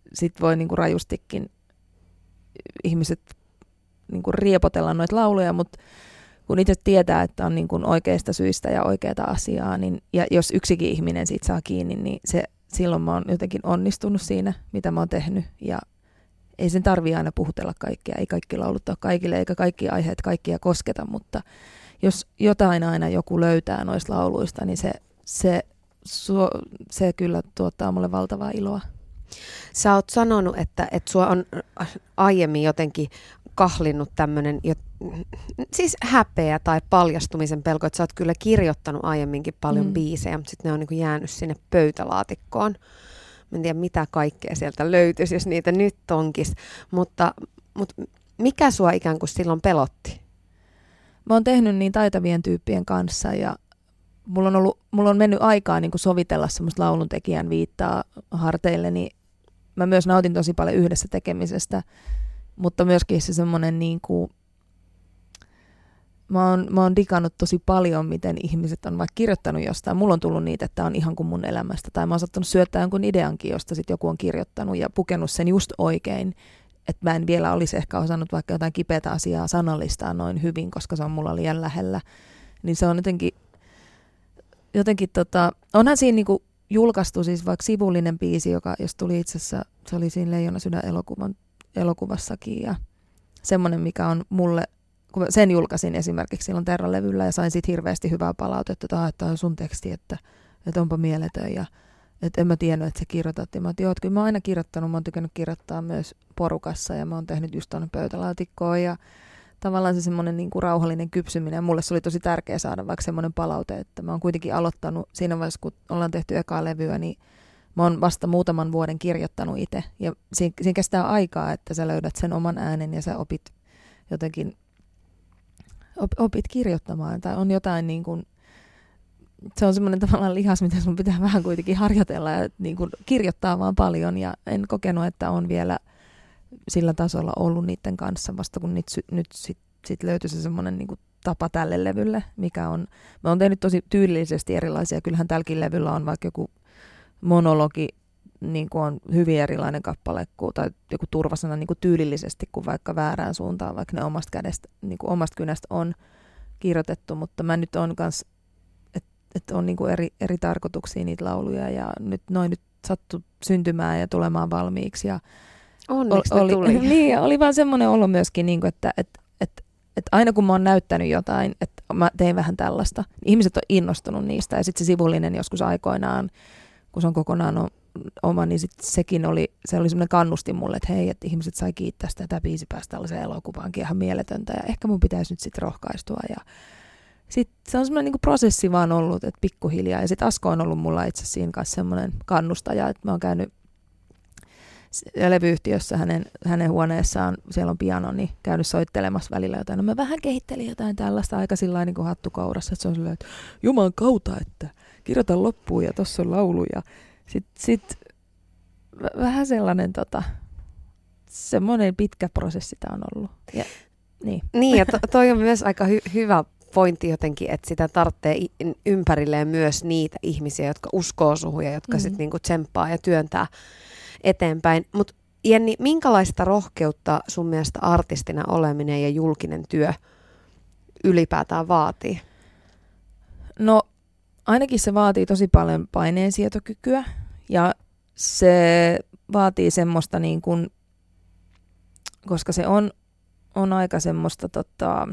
sit voi niinku rajustikin ihmiset niinku riepotella noita lauluja, mutta kun itse tietää, että on niinku oikeista syistä ja oikeaa asiaa, niin, ja jos yksikin ihminen siitä saa kiinni, niin se, silloin mä oon jotenkin onnistunut siinä, mitä mä oon tehnyt. Ja ei sen tarvitse aina puhutella kaikkea, ei kaikki lauluttaa kaikille, eikä kaikki aiheet kaikkia kosketa, mutta jos jotain aina joku löytää noista lauluista, niin se, se, se, se kyllä tuottaa mulle valtavaa iloa. Sä oot sanonut, että, että sua on aiemmin jotenkin kahlinnut tämmöinen, siis häpeä tai paljastumisen pelko, että sä oot kyllä kirjoittanut aiemminkin paljon mm. biisejä, mutta sitten ne on niin kuin jäänyt sinne pöytälaatikkoon. Mä en tiedä, mitä kaikkea sieltä löytyisi, jos niitä nyt onkis, mutta, mutta mikä sua ikään kuin silloin pelotti? Mä oon tehnyt niin taitavien tyyppien kanssa ja mulla on, ollut, mulla on mennyt aikaa niin kuin sovitella semmoista lauluntekijän viittaa harteille, niin mä myös nautin tosi paljon yhdessä tekemisestä, mutta myöskin se semmoinen niin kuin, mä oon, mä oon digannut tosi paljon, miten ihmiset on vaikka kirjoittanut jostain. Mulla on tullut niitä, että on ihan kuin mun elämästä, tai mä oon saattanut syöttää jonkun ideankin, josta sit joku on kirjoittanut ja pukenut sen just oikein, että mä en vielä olisi ehkä osannut vaikka jotain kipeätä asiaa sanallistaa noin hyvin, koska se on mulla liian lähellä. Niin se on jotenkin, jotenkin tota, onhan siinä niinku julkaistu siis vaikka sivullinen biisi, joka jos tuli itse asiassa, se oli siinä Leijona sydän elokuvan, elokuvassakin ja semmoinen, mikä on mulle, kun sen julkaisin esimerkiksi silloin Terra-levyllä ja sain siitä hirveästi hyvää palautetta, että tämä on sun teksti, että, että onpa mieletön ja että en mä tiennyt, että sä kirjoitat. Ja mä oon, kyllä mä oon aina kirjoittanut, mä oon tykännyt kirjoittaa myös porukassa ja mä oon tehnyt just tuonne pöytälaatikkoon ja tavallaan se semmoinen niin kuin rauhallinen kypsyminen. Mulle se oli tosi tärkeä saada vaikka semmoinen palaute, että mä oon kuitenkin aloittanut siinä vaiheessa, kun ollaan tehty ekaa levyä, niin mä oon vasta muutaman vuoden kirjoittanut itse. Ja siinä, siinä kestää aikaa, että sä löydät sen oman äänen ja sä opit jotenkin, op, opit kirjoittamaan. Tai on jotain niin kuin, se on semmoinen tavallaan lihas, mitä sun pitää vähän kuitenkin harjoitella ja niin kuin kirjoittaa vaan paljon. Ja en kokenut, että on vielä sillä tasolla ollut niiden kanssa, vasta kun nyt, nyt sitten sit löytyi se semmoinen niin kuin tapa tälle levylle, mikä on, mä oon tehnyt tosi tyylillisesti erilaisia, kyllähän tälläkin levyllä on vaikka joku monologi, niin kuin on hyvin erilainen kappale, kuin, tai joku turvasana niin kuin tyylillisesti kuin vaikka väärään suuntaan, vaikka ne omasta kädestä, niin kuin omasta kynästä on kirjoitettu, mutta mä nyt on kans, että et on niin kuin eri, eri tarkoituksia niitä lauluja, ja nyt noin nyt sattu syntymään ja tulemaan valmiiksi, ja onneksi oli, tuli. Niin, oli vaan semmoinen olo myöskin, niin kuin, että et, et, et aina kun mä oon näyttänyt jotain, että mä tein vähän tällaista, niin ihmiset on innostunut niistä. Ja sitten se sivullinen joskus aikoinaan, kun se on kokonaan oma, niin sit sekin oli, se oli semmoinen kannustin mulle, että hei, että ihmiset sai kiittää sitä, että tämä biisi pääsi tällaiseen elokuvaankin ihan mieletöntä. Ja ehkä mun pitäisi nyt sitten rohkaistua. Ja sitten se on semmoinen niinku prosessi vaan ollut, että pikkuhiljaa. Ja sitten Asko on ollut mulla itse siinä kanssa semmoinen kannustaja, että mä oon käynyt levyyhtiössä hänen, hänen huoneessaan, siellä on piano, niin käynyt soittelemassa välillä jotain. No mä vähän kehittelin jotain tällaista aika sillä niin kuin hattukourassa, että se on silleen, että Jumalan kautta, että kirjoita loppuun ja tossa on laulu. Ja sitten sit, vähän sellainen tota, semmoinen pitkä prosessi tämä on ollut. Ja, niin. niin, ja to, toi on myös aika hy, hyvä pointti jotenkin, että sitä tarvitsee ympärilleen myös niitä ihmisiä, jotka uskoo suhun ja jotka mm-hmm. sitten niinku tsemppaa ja työntää eteenpäin. Mutta Jenni, minkälaista rohkeutta sun mielestä artistina oleminen ja julkinen työ ylipäätään vaatii? No ainakin se vaatii tosi paljon paineensietokykyä ja se vaatii semmoista niin kuin, koska se on, on aika semmoista, tota,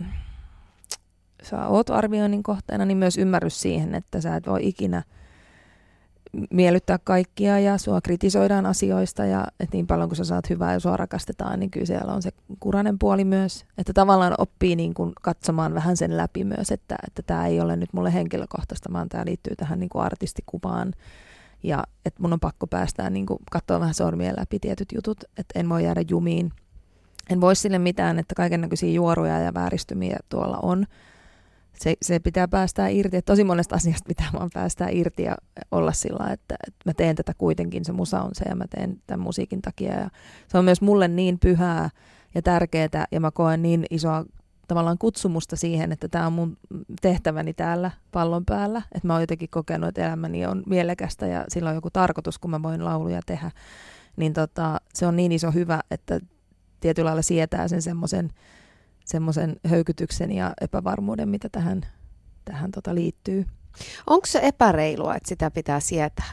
sä oot arvioinnin kohteena, niin myös ymmärrys siihen, että sä et voi ikinä miellyttää kaikkia ja sua kritisoidaan asioista ja että niin paljon kun sä saat hyvää ja sua rakastetaan, niin kyllä siellä on se kurainen puoli myös. Että tavallaan oppii niin kuin katsomaan vähän sen läpi myös, että että tämä ei ole nyt mulle henkilökohtaista, vaan tämä liittyy tähän niin kuin artistikuvaan ja että mun on pakko päästää niin kuin katsoa vähän sormien läpi tietyt jutut, että en voi jäädä jumiin. En voi sille mitään, että kaikennäköisiä juoruja ja vääristymiä tuolla on. Se, se pitää päästää irti, että tosi monesta asiasta pitää vaan päästää irti ja olla sillä, että, että mä teen tätä kuitenkin, se musa on se ja mä teen tämän musiikin takia. Ja se on myös mulle niin pyhää ja tärkeää ja mä koen niin isoa tavallaan kutsumusta siihen, että tämä on mun tehtäväni täällä pallon päällä. Että mä oon jotenkin kokenut, että elämäni on mielekästä ja sillä on joku tarkoitus, kun mä voin lauluja tehdä. niin tota, se on niin iso hyvä, että tietyllä lailla sietää sen semmoisen semmoisen höykytyksen ja epävarmuuden, mitä tähän, tähän tota liittyy. Onko se epäreilua, että sitä pitää sietää?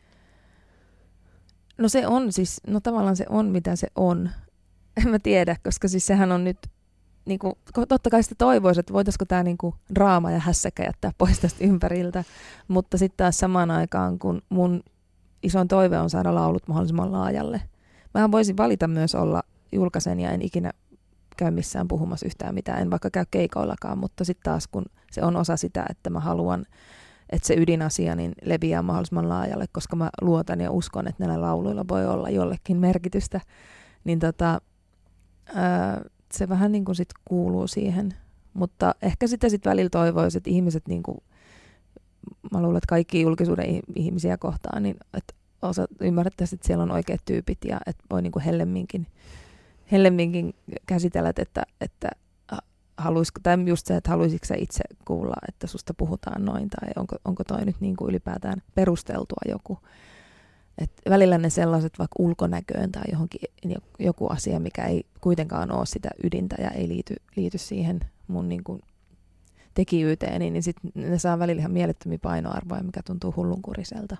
No se on siis, no tavallaan se on mitä se on. En mä tiedä, koska siis sehän on nyt, niin kuin, totta kai sitä toivoisi, että voitaisiko tämä niin kuin draama ja hässäkkä jättää pois tästä ympäriltä, mutta sitten taas samaan aikaan, kun mun isoin toive on saada laulut mahdollisimman laajalle. Mä voisin valita myös olla julkaisen ja en ikinä käy missään puhumassa yhtään mitään, en vaikka käy keikoillakaan, mutta sitten taas kun se on osa sitä, että mä haluan, että se ydinasia niin leviää mahdollisimman laajalle, koska mä luotan ja uskon, että näillä lauluilla voi olla jollekin merkitystä, niin tota, ää, se vähän niin kuin sit kuuluu siihen. Mutta ehkä sitä sitten välillä toivoisi, että ihmiset, niin kuin, mä luulen, että kaikki julkisuuden ihmisiä kohtaan, niin että osa ymmärrettäisiin, että siellä on oikeat tyypit ja että voi niin kuin hellemminkin hellemminkin käsitellä, että, että haluisiko, tai just se, että haluaisitko sä itse kuulla, että susta puhutaan noin, tai onko, onko toi nyt niin kuin ylipäätään perusteltua joku. Et välillä ne sellaiset vaikka ulkonäköön tai johonkin joku asia, mikä ei kuitenkaan ole sitä ydintä ja ei liity, liity siihen mun niin kuin tekijyyteeni, niin sit ne saa välillä ihan mielettömiä painoarvoja, mikä tuntuu hullunkuriselta.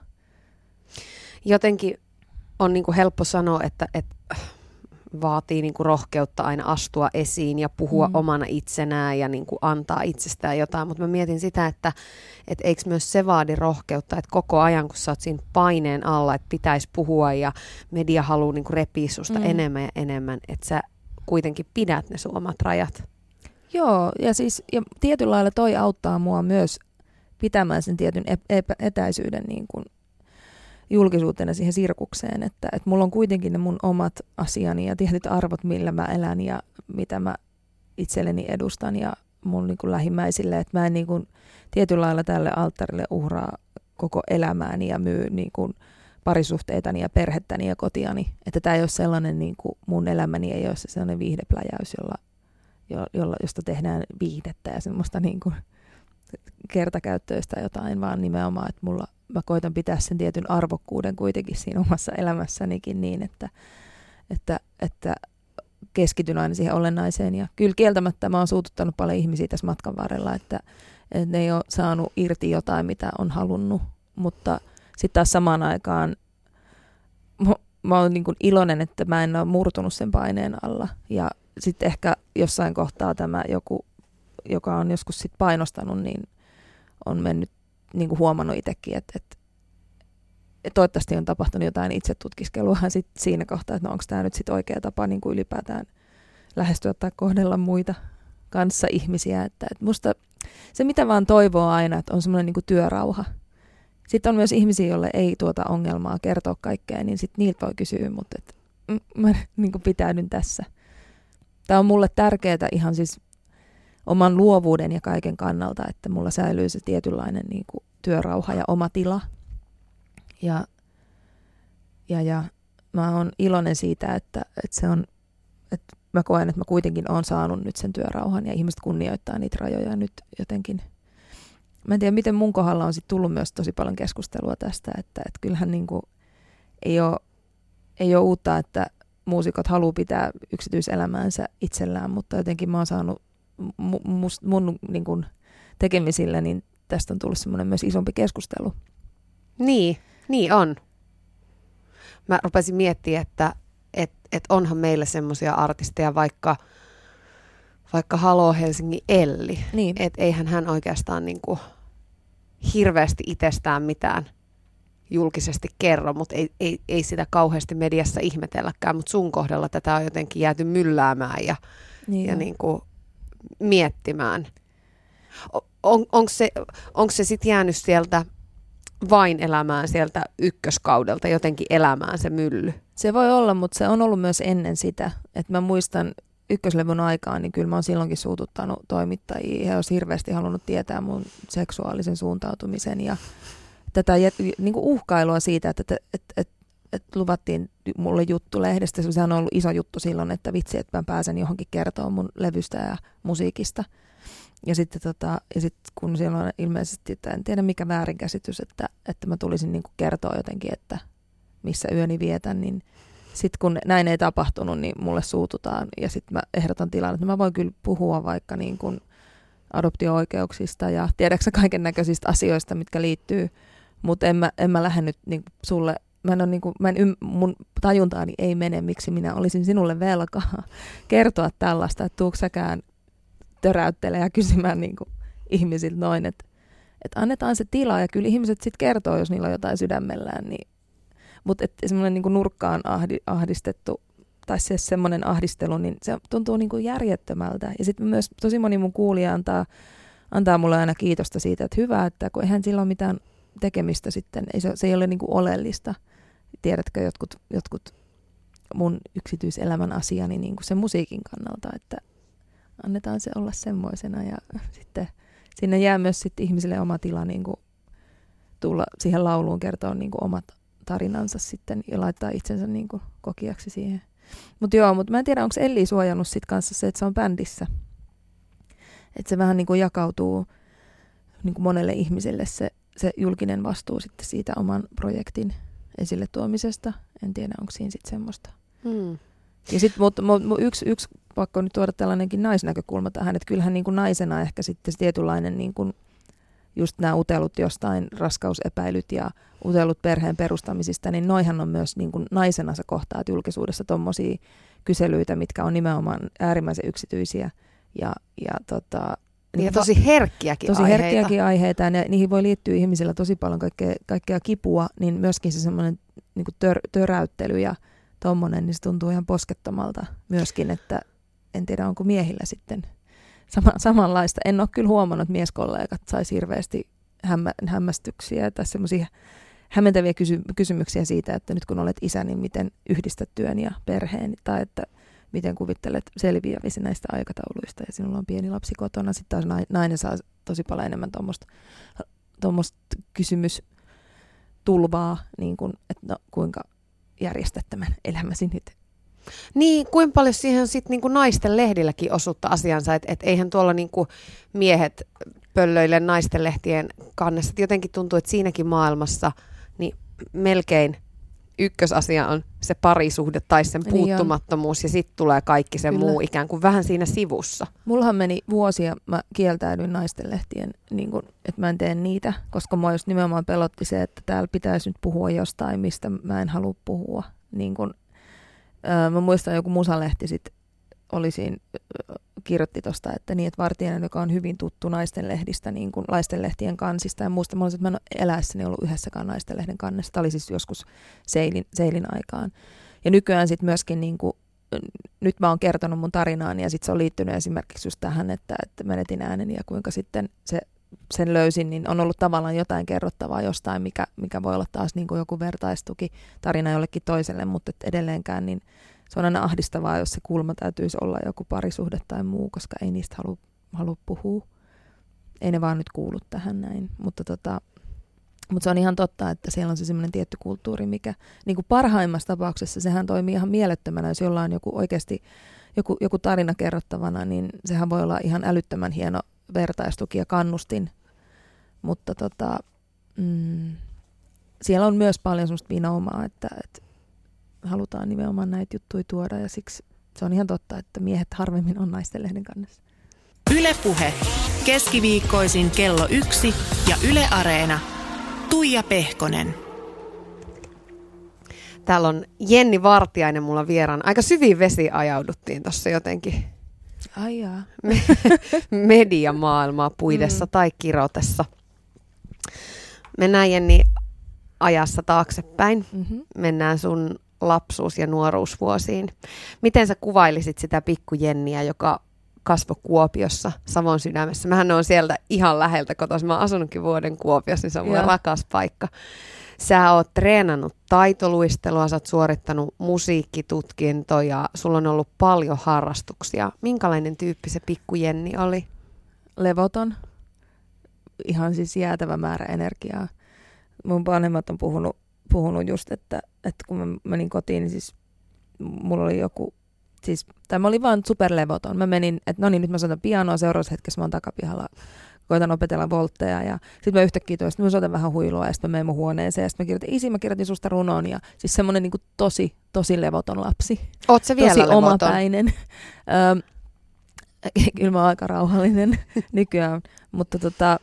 Jotenkin on niin kuin helppo sanoa, että, että vaatii niin kuin rohkeutta aina astua esiin ja puhua mm. omana itsenään ja niin kuin antaa itsestään jotain, mutta mä mietin sitä, että et eikö myös se vaadi rohkeutta, että koko ajan kun sä oot siinä paineen alla, että pitäisi puhua ja media haluaa niin kuin repiä susta mm. enemmän ja enemmän, että sä kuitenkin pidät ne sun omat rajat. Joo, ja siis ja tietyllä lailla toi auttaa mua myös pitämään sen tietyn epä, etäisyyden niin kuin julkisuutena siihen sirkukseen, että, että mulla on kuitenkin ne mun omat asiani ja tietyt arvot, millä mä elän ja mitä mä itselleni edustan ja mun niin kuin lähimmäisille, että mä en niin kuin tietyllä lailla tälle alttarille uhraa koko elämääni ja myy niin kuin parisuhteitani ja perhettäni ja kotiani, että tämä ei ole sellainen niin kuin mun elämäni ei ole se sellainen viihdepläjäys, jolla, jolla, josta tehdään viihdettä ja semmoista niin kuin kertakäyttöistä jotain, vaan nimenomaan, että mulla mä koitan pitää sen tietyn arvokkuuden kuitenkin siinä omassa elämässänikin niin, että, että, että keskityn aina siihen olennaiseen. Ja kyllä kieltämättä mä oon suututtanut paljon ihmisiä tässä matkan varrella, että, että ne ei ole saanut irti jotain, mitä on halunnut. Mutta sitten taas samaan aikaan mä oon niin kuin iloinen, että mä en ole murtunut sen paineen alla. Ja sitten ehkä jossain kohtaa tämä joku, joka on joskus sit painostanut, niin on mennyt niin kuin huomannut itsekin, että, että, että toivottavasti on tapahtunut jotain itsetutkiskelua sit siinä kohtaa, että no onko tämä nyt sit oikea tapa niin kuin ylipäätään lähestyä tai kohdella muita kanssa ihmisiä. Että, että musta se, mitä vaan toivoo aina, että on semmoinen niin kuin työrauha. Sitten on myös ihmisiä, joille ei tuota ongelmaa kertoa kaikkea, niin sitten niiltä voi kysyä, mutta että, mä niin kuin pitäydyn tässä. Tämä on mulle tärkeää ihan siis oman luovuuden ja kaiken kannalta, että mulla säilyy se tietynlainen niin kuin työrauha ja oma tila. Ja, ja, ja mä oon iloinen siitä, että, että, se on, että mä koen, että mä kuitenkin oon saanut nyt sen työrauhan ja ihmiset kunnioittaa niitä rajoja nyt jotenkin. Mä en tiedä, miten mun kohdalla on sit tullut myös tosi paljon keskustelua tästä, että, että kyllähän niin kuin ei ole, ei ole uutta, että muusikot haluaa pitää yksityiselämäänsä itsellään, mutta jotenkin mä oon saanut mun, mun niin kun tekemisillä, niin tästä on tullut semmoinen myös isompi keskustelu. Niin, niin on. Mä rupesin miettimään, että et, et onhan meillä semmoisia artisteja, vaikka, vaikka Halo Helsingin Elli. Niin. Että eihän hän oikeastaan niin kuin hirveästi itsestään mitään julkisesti kerro, mutta ei, ei, ei sitä kauheasti mediassa ihmetelläkään, mutta sun kohdalla tätä on jotenkin jääty mylläämään ja, niin ja niin kuin miettimään. On, onko se, onko se sitten jäänyt sieltä vain elämään sieltä ykköskaudelta, jotenkin elämään se mylly? Se voi olla, mutta se on ollut myös ennen sitä. Et mä muistan ykköslevyn aikaan, niin kyllä mä oon silloinkin suututtanut toimittajia. He olisi hirveästi halunnut tietää mun seksuaalisen suuntautumisen ja tätä niin kuin uhkailua siitä, että, että, että, että, että luvattiin mulle juttu lehdestä. Se on ollut iso juttu silloin, että vitsi, että mä pääsen johonkin kertomaan mun levystä ja musiikista. Ja sitten tota, ja sit kun siellä on ilmeisesti, että en tiedä mikä väärinkäsitys, että, että mä tulisin niin kuin kertoa jotenkin, että missä yöni vietän, niin sitten kun näin ei tapahtunut, niin mulle suututaan ja sitten mä ehdotan tilanne, että mä voin kyllä puhua vaikka niin kuin adoptio-oikeuksista ja tiedäksä kaiken näköisistä asioista, mitkä liittyy, mutta en mä, en mä lähde nyt niin sulle, mä en ole, niin kuin, mä en ym, mun tajuntaani ei mene, miksi minä olisin sinulle velkaa kertoa tällaista, että tuutko säkään töräyttelee ja kysymään niin kuin ihmisiltä noin, että, että annetaan se tila ja kyllä ihmiset sitten kertoo, jos niillä on jotain sydämellään, niin, mutta semmoinen niin kuin nurkkaan ahdi, ahdistettu tai se semmoinen ahdistelu, niin se tuntuu niin kuin järjettömältä. Ja sitten myös tosi moni mun kuulija antaa, antaa mulle aina kiitosta siitä, että hyvä, että kun eihän sillä ole mitään tekemistä sitten, ei se, se ei ole niin kuin oleellista. Tiedätkö jotkut, jotkut mun yksityiselämän asiani niin kuin sen musiikin kannalta, että annetaan se olla semmoisena. Ja sitten sinne jää myös sitten ihmisille oma tila niin kuin tulla siihen lauluun kertoa niin kuin omat tarinansa sitten ja laittaa itsensä niin kuin kokijaksi siihen. Mutta joo, mutta mä en tiedä, onko Elli suojannut sit kanssa se, että se on bändissä. Että se vähän niin kuin jakautuu niin kuin monelle ihmiselle se, se julkinen vastuu sitten siitä oman projektin esille tuomisesta. En tiedä, onko siinä sitten semmoista. Hmm. Ja sitten mut, mut, mut yksi, yksi pakko nyt tuoda tällainenkin naisnäkökulma tähän, että kyllähän niin kuin naisena ehkä sitten se tietynlainen niin kuin just nämä utelut jostain raskausepäilyt ja utelut perheen perustamisista, niin noihan on myös niin kuin naisena sä kohtaat julkisuudessa tommosia kyselyitä, mitkä on nimenomaan äärimmäisen yksityisiä ja, ja, tota, niin ja tosi herkkiäkin tosi aiheita. herkkiäkin aiheita ja ne, niihin voi liittyä ihmisillä tosi paljon kaikkea, kaikkea kipua, niin myöskin se semmoinen niin kuin tör, töräyttely ja tommonen, niin se tuntuu ihan poskettomalta myöskin, että en tiedä onko miehillä sitten Sama, samanlaista. En ole kyllä huomannut, että mieskollegat saisi hirveästi hämmä, hämmästyksiä tai semmoisia hämmentäviä kysy- kysymyksiä siitä, että nyt kun olet isä, niin miten yhdistät työn ja perheen, tai että miten kuvittelet selviävisi näistä aikatauluista, ja sinulla on pieni lapsi kotona. Sitten taas nainen saa tosi paljon enemmän tuommoista kysymystulvaa, niin kuin, että no, kuinka järjestät tämän elämäsi nyt. Niin, kuinka paljon siihen on sitten niinku naisten lehdilläkin osuutta asiansa, että et eihän tuolla niinku miehet pöllöille naisten lehtien kannessa. Et jotenkin tuntuu, että siinäkin maailmassa niin melkein ykkösasia on se parisuhde tai sen puuttumattomuus, ja sitten tulee kaikki se Kyllä. muu ikään kuin vähän siinä sivussa. Mullahan meni vuosia, mä kieltäydyin naisten lehtien, niin kun, että mä en tee niitä, koska mua just nimenomaan pelotti se, että täällä pitäisi nyt puhua jostain, mistä mä en halua puhua. Niin kun, ää, mä muistan, joku musalehti sit oli siinä, kirjoitti tuosta, että niin, että Vartiainen, joka on hyvin tuttu naisten lehdistä, niin kuin naisten lehtien kansista ja muusta. Mä olisin, että mä en ole eläessäni ollut yhdessäkään naisten lehden kannessa. Tämä oli siis joskus seilin, seilin aikaan. Ja nykyään sitten myöskin, niin kuin, nyt mä oon kertonut mun tarinaani ja sitten se on liittynyt esimerkiksi just tähän, että, että menetin äänen ja kuinka sitten se, sen löysin, niin on ollut tavallaan jotain kerrottavaa jostain, mikä, mikä voi olla taas niin kuin joku vertaistuki tarina jollekin toiselle, mutta edelleenkään niin se on aina ahdistavaa, jos se kulma täytyisi olla joku parisuhde tai muu, koska ei niistä halua, halua puhua. Ei ne vaan nyt kuulu tähän näin. Mutta, tota, mutta se on ihan totta, että siellä on se semmoinen tietty kulttuuri, mikä niin kuin parhaimmassa tapauksessa sehän toimii ihan mielettömänä. Jos jollain on joku oikeasti joku, joku tarina kerrottavana, niin sehän voi olla ihan älyttömän hieno vertaistuki ja kannustin. Mutta tota, mm, siellä on myös paljon semmoista vinoumaa, että, että halutaan nimenomaan näitä juttuja tuoda ja siksi se on ihan totta, että miehet harvemmin on naisten lehden kannessa. Yle Puhe. Keskiviikkoisin kello yksi ja Yle Areena. Tuija Pehkonen. Täällä on Jenni Vartiainen mulla vieraan. Aika syviin vesiin ajauduttiin tuossa jotenkin. Ai jaa. Mediamaailmaa puidessa mm. tai kirotessa. Mennään Jenni ajassa taaksepäin. Mm-hmm. Mennään sun lapsuus- ja nuoruusvuosiin. Miten sä kuvailisit sitä pikkujenniä, joka kasvoi Kuopiossa, Savon sydämessä? Mähän on sieltä ihan läheltä kotoisin. Mä oon asunutkin vuoden Kuopiossa, niin se on mulle rakas paikka. Sä oot treenannut taitoluistelua, sä oot suorittanut musiikkitutkintoja, sulla on ollut paljon harrastuksia. Minkälainen tyyppi se pikkujenni oli? Levoton. Ihan siis jäätävä määrä energiaa. Mun vanhemmat on puhunut puhunut just, että, että kun mä menin kotiin, niin siis mulla oli joku siis, tai mä olin vaan superlevoton. Mä menin, että no niin, nyt mä soitan pianoa, seuraavassa hetkessä mä oon takapihalla, koitan opetella voltteja ja sitten mä yhtäkkiä toin, mä soitan vähän huilua ja sitten mä menen mun huoneeseen ja sitten mä kirjoitin, isi mä kirjoitin susta runon ja siis semmoinen niin kuin tosi, tosi levoton lapsi. Oot se vielä tosi levoton? omapäinen. Öm, kyllä mä oon aika rauhallinen nykyään, mutta tota,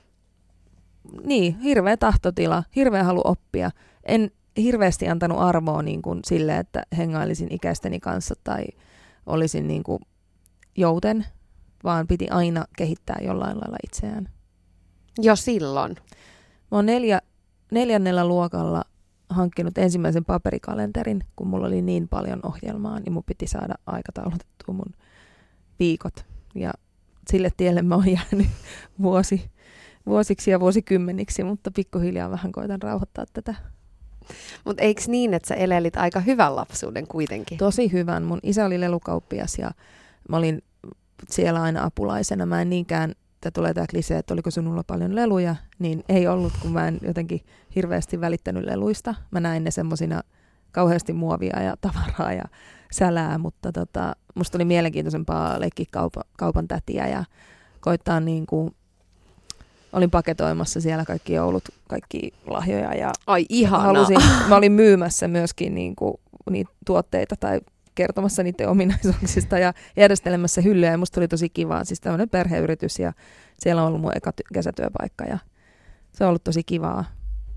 niin, hirveä tahtotila, hirveä halu oppia. En hirveästi antanut arvoa niin kuin sille, että hengailisin ikäisteni kanssa tai olisin niin kuin jouten, vaan piti aina kehittää jollain lailla itseään. Jo silloin? Mä oon neljä, neljännellä luokalla hankkinut ensimmäisen paperikalenterin, kun mulla oli niin paljon ohjelmaa, niin mun piti saada aikataulutettua mun viikot. Ja sille tielle mä oon jäänyt vuosi, vuosiksi ja vuosikymmeniksi, mutta pikkuhiljaa vähän koitan rauhoittaa tätä. Mutta eikö niin, että sä elelit aika hyvän lapsuuden kuitenkin? Tosi hyvän. Mun isä oli lelukauppias ja mä olin siellä aina apulaisena. Mä en niinkään, tämä tulee tämä klisee, että oliko sinulla paljon leluja, niin ei ollut, kun mä en jotenkin hirveästi välittänyt leluista. Mä näin ne semmosina kauheasti muovia ja tavaraa ja sälää, mutta tota, musta oli mielenkiintoisempaa leikkiä kaupan, kaupan tätiä ja koittaa niin kuin, olin paketoimassa siellä kaikki joulut, kaikki lahjoja ja ai ihanaa. Halusin, mä olin myymässä myöskin niin kuin, niitä tuotteita tai kertomassa niiden ominaisuuksista ja järjestelemässä hyllyjä ja musta oli tosi kivaa, siis tämmöinen perheyritys ja siellä on ollut mun eka ty- kesätyöpaikka ja se on ollut tosi kivaa.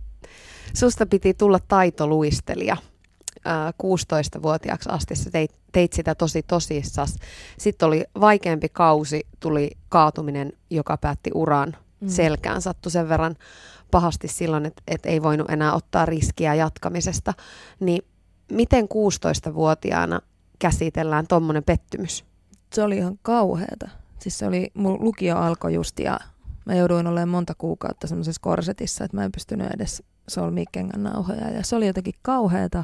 Susta piti tulla taitoluistelija. kuusitoistavuotiaaksi asti sä teit, teit sitä tosi tosissas. Sitten oli vaikeampi kausi, tuli kaatuminen, joka päätti uran mm. selkään. Sattui sen verran pahasti silloin, että et ei voinut enää ottaa riskiä jatkamisesta. Niin miten kuusitoistavuotiaana käsitellään tommonen pettymys? Se oli ihan kauheata. Siis se oli, mun lukio alkoi just ja mä jouduin olemaan monta kuukautta semmoisessa korsetissa, että mä en pystynyt edes solmia kengän nauhoja. Ja se oli jotenkin kauheata.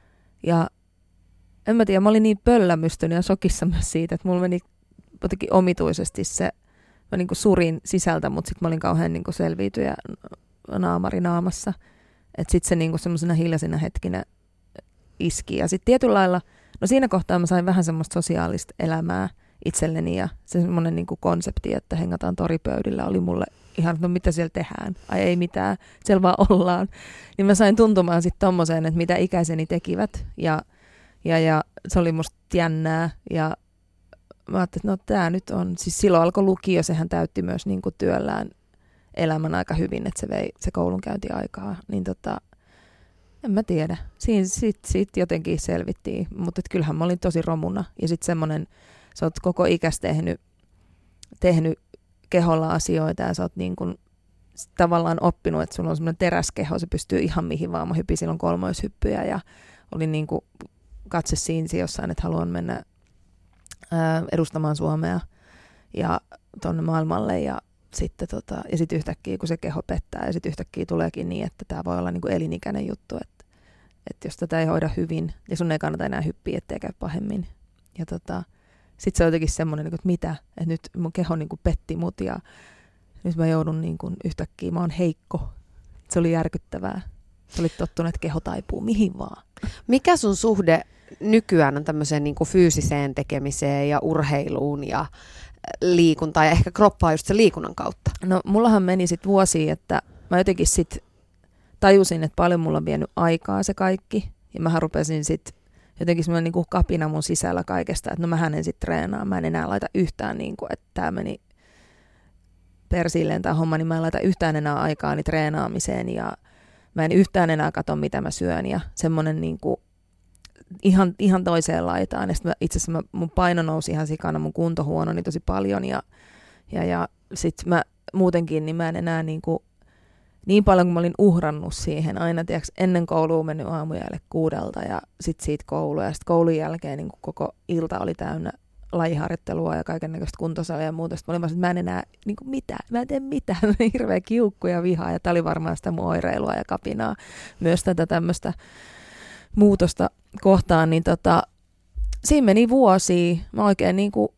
Ja en mä tiedä, mä olin niin pöllämystynyt ja shokissa myös siitä, että mulla meni jotenkin omituisesti se, mä niin kuin surin sisältä, mutta sitten mä olin kauhean niin kuin selviytyjä naamari naamassa. Että sitten se niin kuin semmoisena hiljaisena hetkinä iski. Ja sitten tietyllä lailla, no siinä kohtaa mä sain vähän semmoista sosiaalista elämää itselleni ja se semmoinen niin kuin konsepti, että hengataan toripöydillä oli mulle ihan, no mitä siellä tehdään? Ai ei mitään, siellä vaan ollaan. Niin mä sain tuntumaan sitten tommoseen, että mitä ikäiseni tekivät ja, ja, ja se oli musta jännää ja mä ajattelin, että no tää nyt on, siis silloin alkoi lukio, sehän täytti myös niin kuin työllään elämän aika hyvin, että se vei se koulunkäyntiaikaa, niin tota, en mä tiedä. Siinä sitten sit jotenkin selvittiin, mutta kyllähän mä olin tosi romuna ja sitten semmoinen, sä oot koko ikäs tehnyt, tehnyt keholla asioita ja sä oot niin kuin tavallaan oppinut, että sulla on semmoinen teräskeho, se pystyy ihan mihin vaan. Mä hypin silloin kolmoishyppyjä ja olin niin kuin katse siinä jossain, että haluan mennä ää, edustamaan Suomea ja tonne maailmalle ja sitten tota, ja sit yhtäkkiä, kun se keho pettää ja sitten yhtäkkiä tuleekin niin, että tämä voi olla niin kuin elinikäinen juttu, että, että jos tätä ei hoida hyvin ja sun ei kannata enää hyppiä, ettei käy pahemmin. Ja tota, sitten se on jotenkin semmoinen, että mitä, että nyt mun keho niin kuin petti mut ja nyt mä joudun niin kuin yhtäkkiä, mä oon heikko. Se oli järkyttävää. Sä olit tottunut, että keho taipuu mihin vaan. Mikä sun suhde nykyään on tämmöiseen niin kuin fyysiseen tekemiseen ja urheiluun ja liikuntaan ja ehkä kroppaa just se liikunnan kautta? No mullahan meni sit vuosia, että mä jotenkin sit tajusin, että paljon mulla on vienyt aikaa se kaikki. Ja mähän rupesin sit jotenkin semmoinen niin kuin kapina mun sisällä kaikesta, että no mähän en sit treenaa, mä en enää laita yhtään niin kuin, että tää meni persilleen tämä homma, niin mä en laita yhtään enää aikaani treenaamiseen ja mä en yhtään enää katso, mitä mä syön ja semmoinen niin kuin ihan, ihan toiseen laitaan. Ja sitten itse asiassa mä, mun paino nousi ihan sikana, mun kunto huononi tosi paljon ja, ja, ja sitten mä muutenkin, niin mä en enää niin kuin, niin paljon kuin mä olin uhrannut siihen aina, tiiäks, ennen koulua mennyt aamujäälle kuudelta ja sitten siitä koulua ja sitten koulun jälkeen niin koko ilta oli täynnä lajiharjoittelua ja kaikennäköistä kuntosalia ja muuta. Sitten mä olin vaan, että mä en enää niin kuin mitään, mä en tee mitään, hirveä kiukku ja vihaa ja tää oli varmaan sitä mun oireilua ja kapinaa myös tätä tämmöistä muutosta kohtaan, niin tota, siinä meni vuosia. Mä oikein niin kuin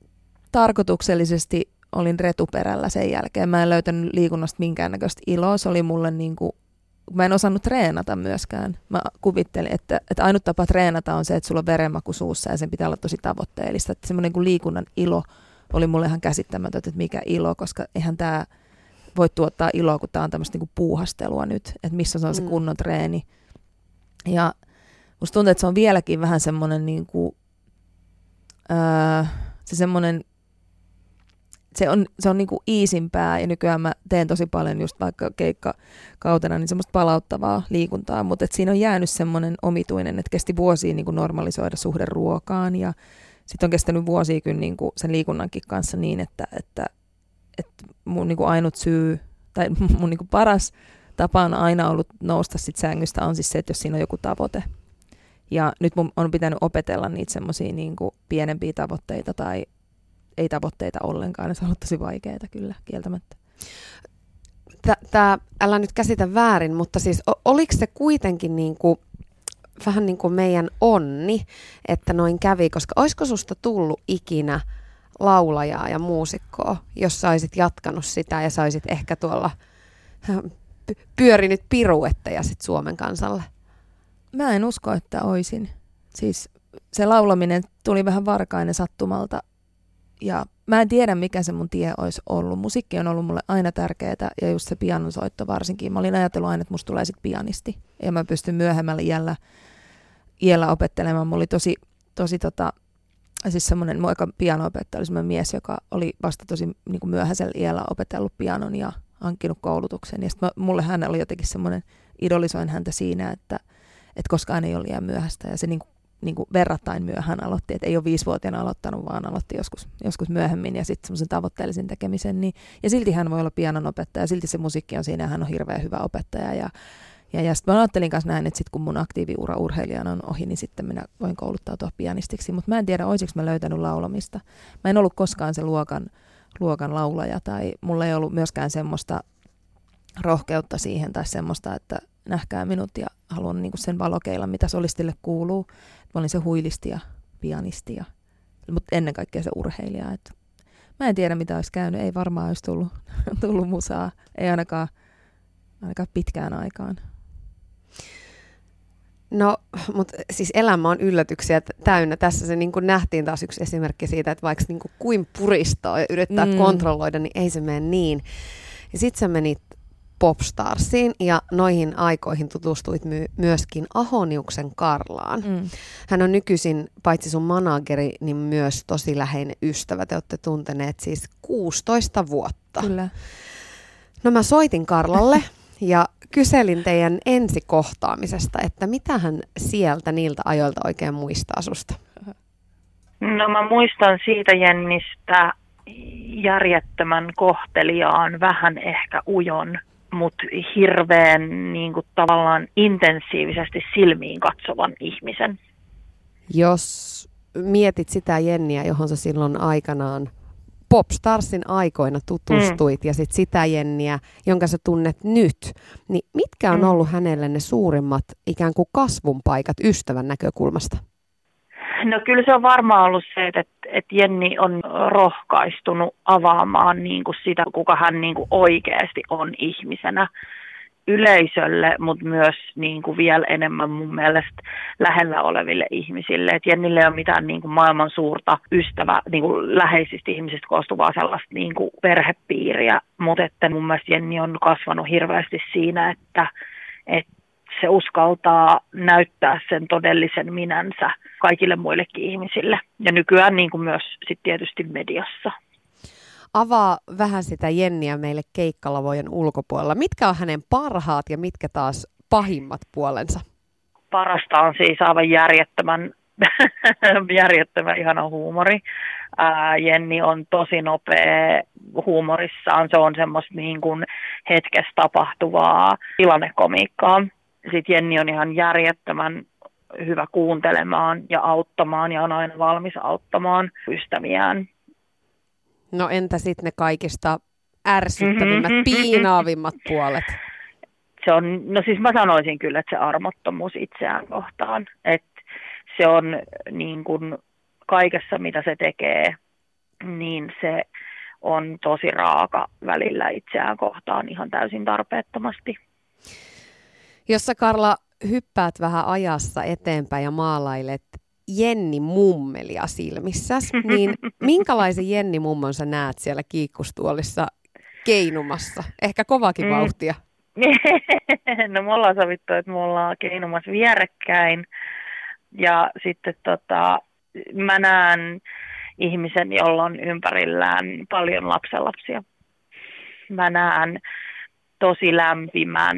tarkoituksellisesti olin retuperällä sen jälkeen. Mä en löytänyt liikunnasta minkäännäköistä iloa. Se oli mulle niin kuin mä en osannut treenata myöskään. Mä kuvittelin, että, että ainut tapa treenata on se, että sulla on verenmaku suussa ja sen pitää olla tosi tavoitteellista. Että semmoinen kuin liikunnan ilo oli mulle ihan käsittämätöntä, että mikä ilo, koska eihän tämä voi tuottaa iloa, kun tämä on tämmöistä niin kuin puuhastelua nyt, että missä se on se kunnon treeni. Ja musta tuntuu, että se on vieläkin vähän semmoinen niin kuin, öö, se semmoinen, se on, se on niin kuin iisimpää ja nykyään mä teen tosi paljon just vaikka keikkakautena niin semmoista palauttavaa liikuntaa, mutta et siinä on jäänyt semmoinen omituinen, että kesti vuosia niin kuin normalisoida suhde ruokaan ja sitten on kestänyt vuosia kyllä niin kuin sen liikunnankin kanssa niin, että, että, että mun niin kuin ainut syy tai mun niin kuin paras tapa on aina ollut nousta sit sängystä on siis se, että jos siinä on joku tavoite. Ja nyt mun on pitänyt opetella niitä semmoisia niin kuin pienempiä tavoitteita tai ei tavoitteita ollenkaan. Se on ollut tosi vaikeaa kyllä, kieltämättä. Tää, älä nyt käsitä väärin, mutta siis oliko se kuitenkin niin kuin, vähän niin kuin meidän onni, että noin kävi, koska olisiko susta tullut ikinä laulajaa ja muusikkoa, jos sä olisit jatkanut sitä ja sä olisit ehkä tuolla pyörinyt piruetteja sit Suomen kansalle? Mä en usko, että oisin. Siis se laulaminen tuli vähän varkainen sattumalta ja mä en tiedä, mikä se mun tie olisi ollut. Musiikki on ollut mulle aina tärkeää ja just se pianonsoitto varsinkin. Mä olin ajatellut aina, että musta tulee sit pianisti ja mä pystyn myöhemmällä iällä, iällä opettelemaan. Mulla oli tosi, tosi tota, siis semmoinen mun eka piano-opettaja oli semmoinen mies, joka oli vasta tosi niin kuin myöhäisellä iällä opetellut pianon ja hankkinut koulutuksen. Ja sitten mulle hän oli jotenkin semmoinen, idolisoin häntä siinä, että, että koskaan ei ole liian myöhäistä. Ja se niin kuin, niin kuin verrattain myöhään aloitti, että ei ole viisivuotiaana aloittanut, vaan aloitti joskus, joskus myöhemmin ja sitten semmoisen tavoitteellisen tekemisen. Niin, ja silti hän voi olla pianonopettaja, silti se musiikki on siinä ja hän on hirveän hyvä opettaja. Ja, ja, ja sitten mä ajattelin kanssa näin, että sit kun mun aktiiviura urheilijana on ohi, niin sitten minä voin kouluttautua pianistiksi. Mutta mä en tiedä, olisiko mä löytänyt laulamista. Mä en ollut koskaan se luokan, luokan laulaja tai mulla ei ollut myöskään semmoista rohkeutta siihen tai semmoista, että nähkää minut ja haluan niinku sen valokeilla, mitä solistille kuuluu. Mä olin se huilisti ja pianisti, ja, mutta ennen kaikkea se urheilija. Et mä en tiedä, mitä olisi käynyt. Ei varmaan olisi tullut, tullut musaa. Ei ainakaan, ainakaan pitkään aikaan. No, mutta siis elämä on yllätyksiä täynnä. Tässä se niin kuin nähtiin taas yksi esimerkki siitä, että vaikka niin kuin kuin puristaa ja yrittää mm. kontrolloida, niin ei se mene niin. Ja sit sä menit Popstarsiin ja noihin aikoihin tutustuit my- myöskin Ahoniuksen Karlaan. Mm. Hän on nykyisin paitsi sun manageri, niin myös tosi läheinen ystävä. Te olette tunteneet siis kuusitoista vuotta. Kyllä. No mä soitin Karlalle ja kyselin teidän ensikohtaamisesta, että mitä hän sieltä niiltä ajoilta oikein muistaa susta? No mä muistan siitä Jennistä järjettömän kohteliaan, vähän ehkä ujon, mutta hirveän niin kuin, tavallaan intensiivisesti silmiin katsovan ihmisen. Jos mietit sitä Jenniä, johon sä silloin aikanaan Popstarsin aikoina tutustuit mm. ja sit sitä Jenniä, jonka sä tunnet nyt, niin mitkä on ollut mm. hänelle ne suurimmat ikään kuin kasvun paikat ystävän näkökulmasta? No kyllä se on varmaan ollut se, että, että Jenni on rohkaistunut avaamaan niin kuin sitä, kuka hän niin kuin oikeasti on ihmisenä yleisölle, mutta myös niin kuin vielä enemmän mun mielestä lähellä oleville ihmisille. Et Jennille ei ole mitään niin kuin maailman suurta ystävä, niin kuin läheisistä ihmisistä koostuvaa sellaista niin kuin perhepiiriä, mutta että mun mielestä Jenni on kasvanut hirveästi siinä, että, että se uskaltaa näyttää sen todellisen minänsä kaikille muillekin ihmisille. Ja nykyään niin kuin myös sit tietysti mediassa. Avaa vähän sitä Jenniä meille keikkalavojen ulkopuolella. Mitkä on hänen parhaat ja mitkä taas pahimmat puolensa? Parasta on siis aivan järjettömän, järjettömän ihana huumori. Ää, Jenni on tosi nopea huumorissaan. Se on semmoista niin kuin hetkessä tapahtuvaa tilannekomiikkaa. Sitten Jenni on ihan järjettömän hyvä kuuntelemaan ja auttamaan ja on aina valmis auttamaan ystäviään. No entä sitten ne kaikista ärsyttävimmät, mm-hmm. piinaavimmat puolet? Se on, no siis mä sanoisin kyllä, että se armottomuus itseään kohtaan. Että se on niin kuin kaikessa, mitä se tekee, niin se on tosi raaka välillä itseään kohtaan ihan täysin tarpeettomasti. Jos sä, Karla, hyppäät vähän ajassa eteenpäin ja maalailet Jenni mummelia silmissäs, niin minkälaisen Jenni mummon sä näet siellä kiikkustuolissa keinumassa? Ehkä kovakin mm. vauhtia. No me ollaan sovittu, että me ollaan keinumassa vierekkäin ja sitten tota, mä näen ihmisen, jolla on ympärillään paljon lapsenlapsia. Mä näen tosi lämpimän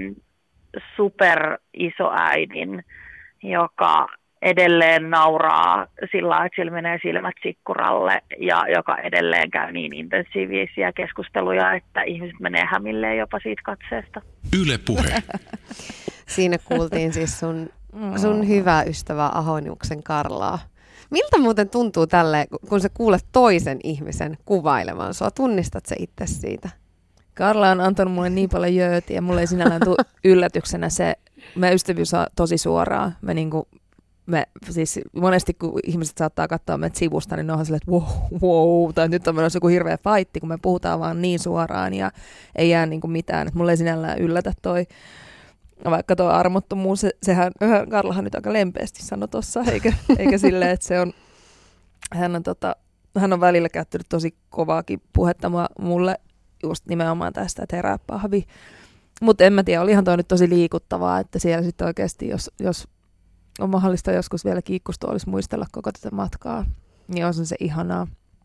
super isoäidin, joka edelleen nauraa sillä, että sillä menee silmät sikkuralle ja joka edelleen käy niin intensiivisiä keskusteluja, että ihmiset menee hämilleen jopa siitä katseesta. Yle Puhe. Siinä kuultiin siis sun, sun hyvää ystävää Ahoniuksen Karlaa. Miltä muuten tuntuu tälle, kun sä kuulet toisen ihmisen kuvailevan sua? Tunnistat sä itse siitä? Karla on antanut mulle niin paljon jöötiä ja mulle ei sinällään tule yllätyksenä se, me ystävyys on tosi suoraa. Me niinku, me, siis monesti kun ihmiset saattaa katsoa meitä sivusta, niin ne on silleen, että wow, wow, tai nyt on menossa joku hirveä fightti, kun me puhutaan vaan niin suoraan ja ei jää niinku mitään. Et mulle ei sinällään yllätä toi, vaikka tuo armottomuus, se, sehän, Karlahan nyt aika lempeästi sanoi tuossa, eikä, eikä silleen, että se on, hän on, tota, hän on välillä käyttänyt tosi kovaakin puhetta mulle, just nimenomaan tästä, että herää pahvi. Mutta en mä tiedä, olihan toi nyt tosi liikuttavaa, että siellä sitten oikeasti, jos, jos on mahdollista joskus vielä kiikkustuolissa muistella koko tätä matkaa, niin on se ihanaa.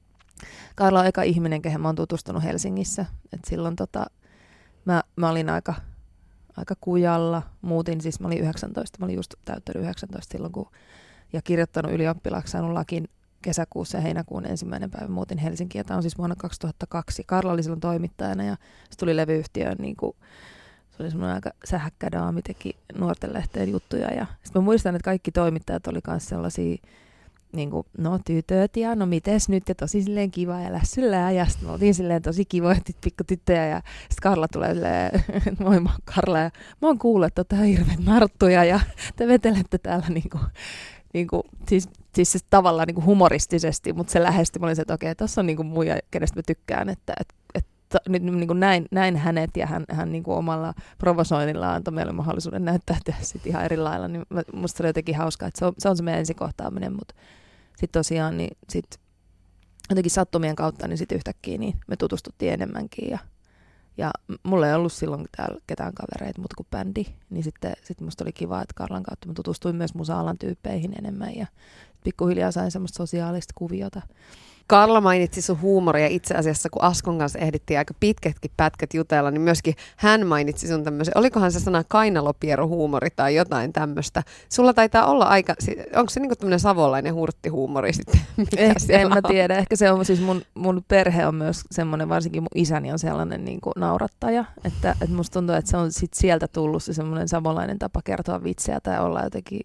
Karla on eka ihminen, kehen mä oon tutustunut Helsingissä. Et silloin tota, mä, mä olin aika, aika kujalla. Muutin, siis mä olin yhdeksäntoista, mä olin just täyttänyt yhdeksäntoista silloin, kun, ja kirjoittanut ylioppilaaksi, saanut lakin kesäkuussa ja heinäkuun ensimmäinen päivä muutin Helsinkiin. Tämä on siis vuonna kaksituhattakaksi. Karla oli silloin toimittajana ja se tuli levyyhtiöön. Niin kuin, se oli semmoinen aika sähäkkä daami, teki nuorten lehteen juttuja. Ja sitten mä muistan, että kaikki toimittajat oli myös sellaisia, niin kuin, no tytöt ja no mites nyt ja tosi silleen kiva ja lässyllää. Ja sitten me oltiin silleen tosi kivoja pikkutyttöjä ja sitten Karla tulee silleen, moi mä oon Karla ja mä oon kuullut, että on hirveän narttuja ja te vetelette täällä niin kuin, niin kuin, siis, siis se tavallaan niin kuin humoristisesti, mutta se lähesti. Mä olin se, että okei, tässä on niin kuin muija, kenestä mä tykkään, että, että, että nyt niin kuin näin, näin hänet ja hän, hän niin kuin omalla provosoinnillaan antoi meille mahdollisuuden näyttäytyä sitten ihan eri lailla. Niin musta se oli jotenkin hauskaa, että se on se, on se meidän ensikohtaaminen, mutta sitten tosiaan niin sit jotenkin sattumien kautta niin sitten yhtäkkiä niin me tutustuttiin enemmänkin ja Ja mulla ei ollut silloin täällä ketään kavereita muuta kuin bändi, niin sitten sit musta oli kiva, että Karlan kautta mä tutustuin myös musa-alan tyyppeihin enemmän ja pikkuhiljaa sain semmoista sosiaalista kuviota. Karla mainitsi sun huumoria itse asiassa, kun Askon kanssa ehdittiin aika pitkätkin pätkät jutella, niin myöskin hän mainitsi sun tämmöisen, olikohan se sana kainalopierohuumori tai jotain tämmöistä. Sulla taitaa olla aika, onko se niinku tämmöinen savolainen hurttihuumori sitten? Eh, en mä tiedä, ehkä se on siis mun, mun perhe on myös semmoinen, varsinkin mun isäni on sellainen niin kuin naurattaja, että, että musta tuntuu, että se on sit sieltä tullut se semmoinen savolainen tapa kertoa vitsejä tai olla jotenkin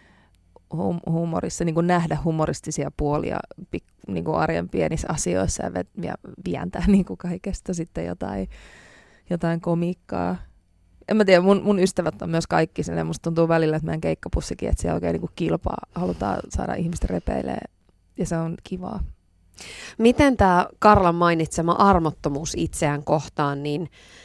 hum- huumorissa, niin kuin nähdä humoristisia puolia pik, niin kuin arjen pienissä asioissa ja, ve- ja vientää niin kuin kaikesta sitten jotain, jotain komiikkaa. En mä tiedä, mun, mun ystävät on myös kaikki silleen, musta tuntuu välillä, että meidän keikkapussikin, että siellä oikein niin kuin kilpaa, halutaan saada ihmistä repeilemään ja se on kivaa. Miten tämä Karlan mainitsema armottomuus itseään kohtaan, niin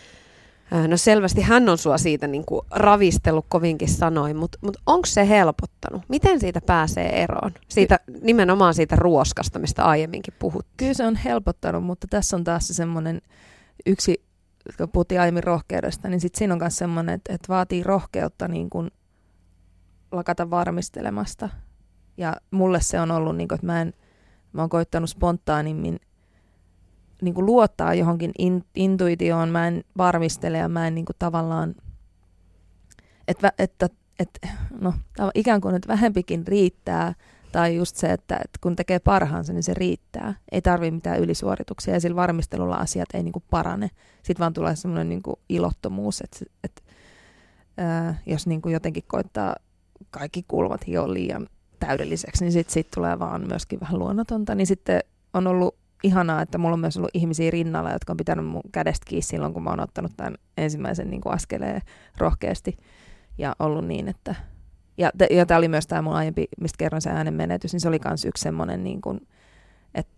no selvästi hän on sua siitä niin kuin ravistellut kovinkin sanoin, mutta mut onko se helpottanut? Miten siitä pääsee eroon? Siitä, nimenomaan siitä ruoskasta, mistä aiemminkin puhuttiin. Kyllä se on helpottanut, mutta tässä on taas se semmoinen yksi, kun puhuttiin aiemmin rohkeudesta, niin sitten siinä on myös semmoinen, että, että vaatii rohkeutta niin kuin lakata varmistelemasta. Ja mulle se on ollut, niin kuin, että mä, en, mä oon koittanut spontaanimmin niin kuin luottaa johonkin in, intuitioon, mä en varmistele ja mä en niin kuin tavallaan, että, että, että no, ikään kuin että vähempikin riittää, tai just se, että, että kun tekee parhaansa, niin se riittää. Ei tarvitse mitään ylisuorituksia ja sillä varmistelulla asiat ei niin kuin parane. Sitten vaan tulee semmoinen niin kuin ilottomuus, että, että ää, jos niin kuin jotenkin koittaa kaikki kulmat hioa liian täydelliseksi, niin sitten sit tulee vaan myöskin vähän luonnotonta. Niin sitten on ollut ihanaa, että mulla on myös ollut ihmisiä rinnalla, jotka on pitänyt mun kädestä kiinni silloin, kun mä oon ottanut tämän ensimmäisen niin kuin askeleen rohkeasti. Ja ollut niin, että... Ja, ja tämä oli myös tämä mun aiempi, mistä kerron se äänen menetys, niin se oli myös yksi semmoinen, niin kuin, että et,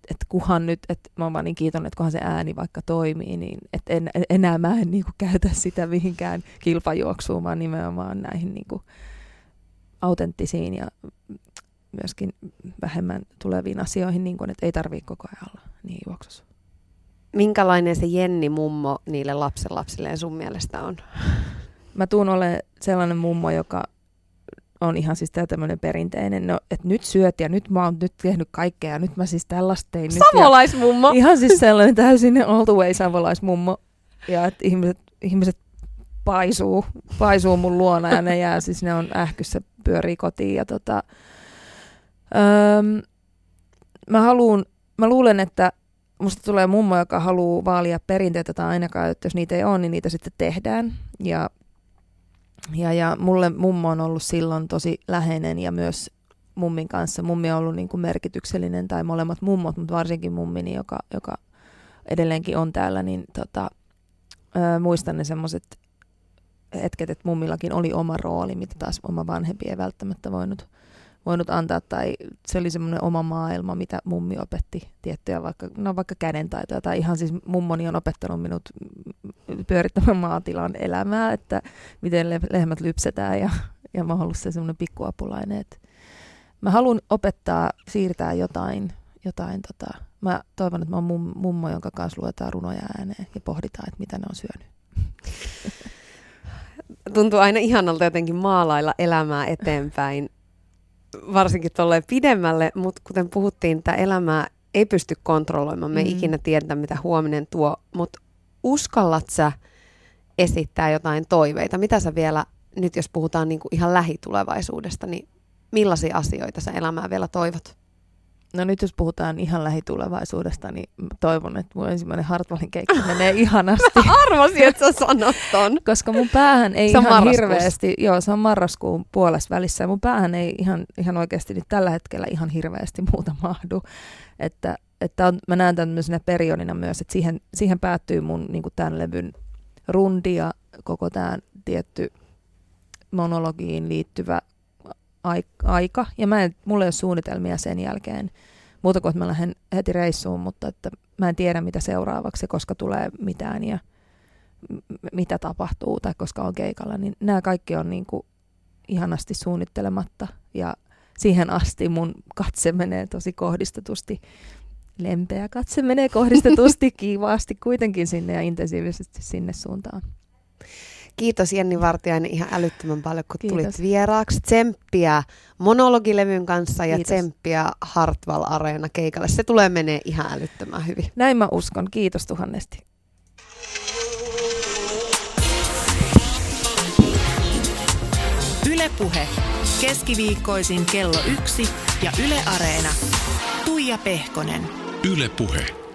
et kuhan nyt, että mä oon vaan niin kiitollinen, että kunhan se ääni vaikka toimii, niin että en, enää mä en niinku käytä sitä mihinkään kilpajuoksuun, vaan nimenomaan näihin niinku autenttisiin ja myöskin vähemmän tuleviin asioihin, niin kuin, että ei tarvitse koko ajan olla niin juoksussa. Minkälainen se Jenni mummo niille lapsenlapsilleen sun mielestä on? Mä tuun olemaan sellainen mummo, joka on ihan siis tämmöinen perinteinen, no, että nyt syöt ja nyt mä oon nyt tehnyt kaikkea ja nyt mä siis tällaista tein. Savolaismummo! Ihan siis sellainen täysin all the way savolaismummo. Ja että ihmiset, ihmiset paisuu, paisuu mun luona ja ne jää, siis ne on ähkyssä, pyörii kotiin. Ja tota, öö, mä, haluun, mä luulen, että musta tulee mummo, joka haluaa vaalia perinteitä tai ainakaan, että jos niitä ei ole, niin niitä sitten tehdään. Ja Ja, ja mulle mummo on ollut silloin tosi läheinen ja myös mummin kanssa. Mummi on ollut niin kuin merkityksellinen tai molemmat mummot, mutta varsinkin mummini, joka, joka edelleenkin on täällä, niin tota, ö, muistan ne semmoiset hetket, että mummillakin oli oma rooli, mitä taas oma vanhempi ei välttämättä voinut, voinut antaa. Tai se oli semmoinen oma maailma, mitä mummi opetti tiettyjä, vaikka, no vaikka kädentaitoja. Tai ihan siis mummoni on opettanut minut pyörittämään maatilan elämää, että miten lehmät lypsetään ja, ja mä oon ollut se semmoinen pikkuapulainen. Että mä haluan opettaa, siirtää jotain. jotain tota. Mä toivon, että mä oon mum, mummo, jonka kanssa luetaan runoja ääneen ja pohditaan, että mitä ne on syönyt. Tuntuu aina ihanalta jotenkin maalailla elämää eteenpäin, varsinkin tolleen pidemmälle, mutta kuten puhuttiin, tämä elämää ei pysty kontrolloimaan. Me ei mm. ikinä tiedetä, mitä huominen tuo, mutta uskallat sä esittää jotain toiveita? Mitä sä vielä, nyt jos puhutaan niinku ihan lähitulevaisuudesta, niin millaisia asioita sä elämää vielä toivot? No nyt jos puhutaan ihan lähitulevaisuudesta, niin toivon, että mun ensimmäinen Hartwallin keikka menee ihanasti. Arvasin, että sä sanot ton. Koska mun päähän ei se ihan hirveästi, joo se on marraskuun puolessa välissä, ja mun päähän ei ihan, ihan oikeasti nyt tällä hetkellä ihan hirveästi muuta mahdu. Että, että on, mä näen tämmöisenä periodina myös, että siihen, siihen päättyy mun niin kuin tämän levyn rundi ja koko tämä tietty monologiin liittyvä aika, ja mä en, mulla ei ole suunnitelmia sen jälkeen, muuta kuin että mä lähden heti reissuun, mutta että mä en tiedä mitä seuraavaksi, koska tulee mitään ja m- mitä tapahtuu tai koska on keikalla, niin nämä kaikki on niin kuin ihanasti suunnittelematta, ja siihen asti mun katse menee tosi kohdistetusti, lempeä katse menee kohdistetusti kivasti kuitenkin sinne ja intensiivisesti sinne suuntaan. Kiitos Jenni Vartiainen ihan älyttömän paljon, kun Kiitos. tulit vieraaksi. Tsemppiä monologilevyn kanssa ja Kiitos. tsemppiä Hartwall Areena keikalle. Se tulee menee ihan älyttömän hyvin. Näin mä uskon. Kiitos tuhannesti. Yle Puhe. Keskiviikkoisin kello yksi ja Yle Areena. Tuija Pehkonen. Yle Puhe.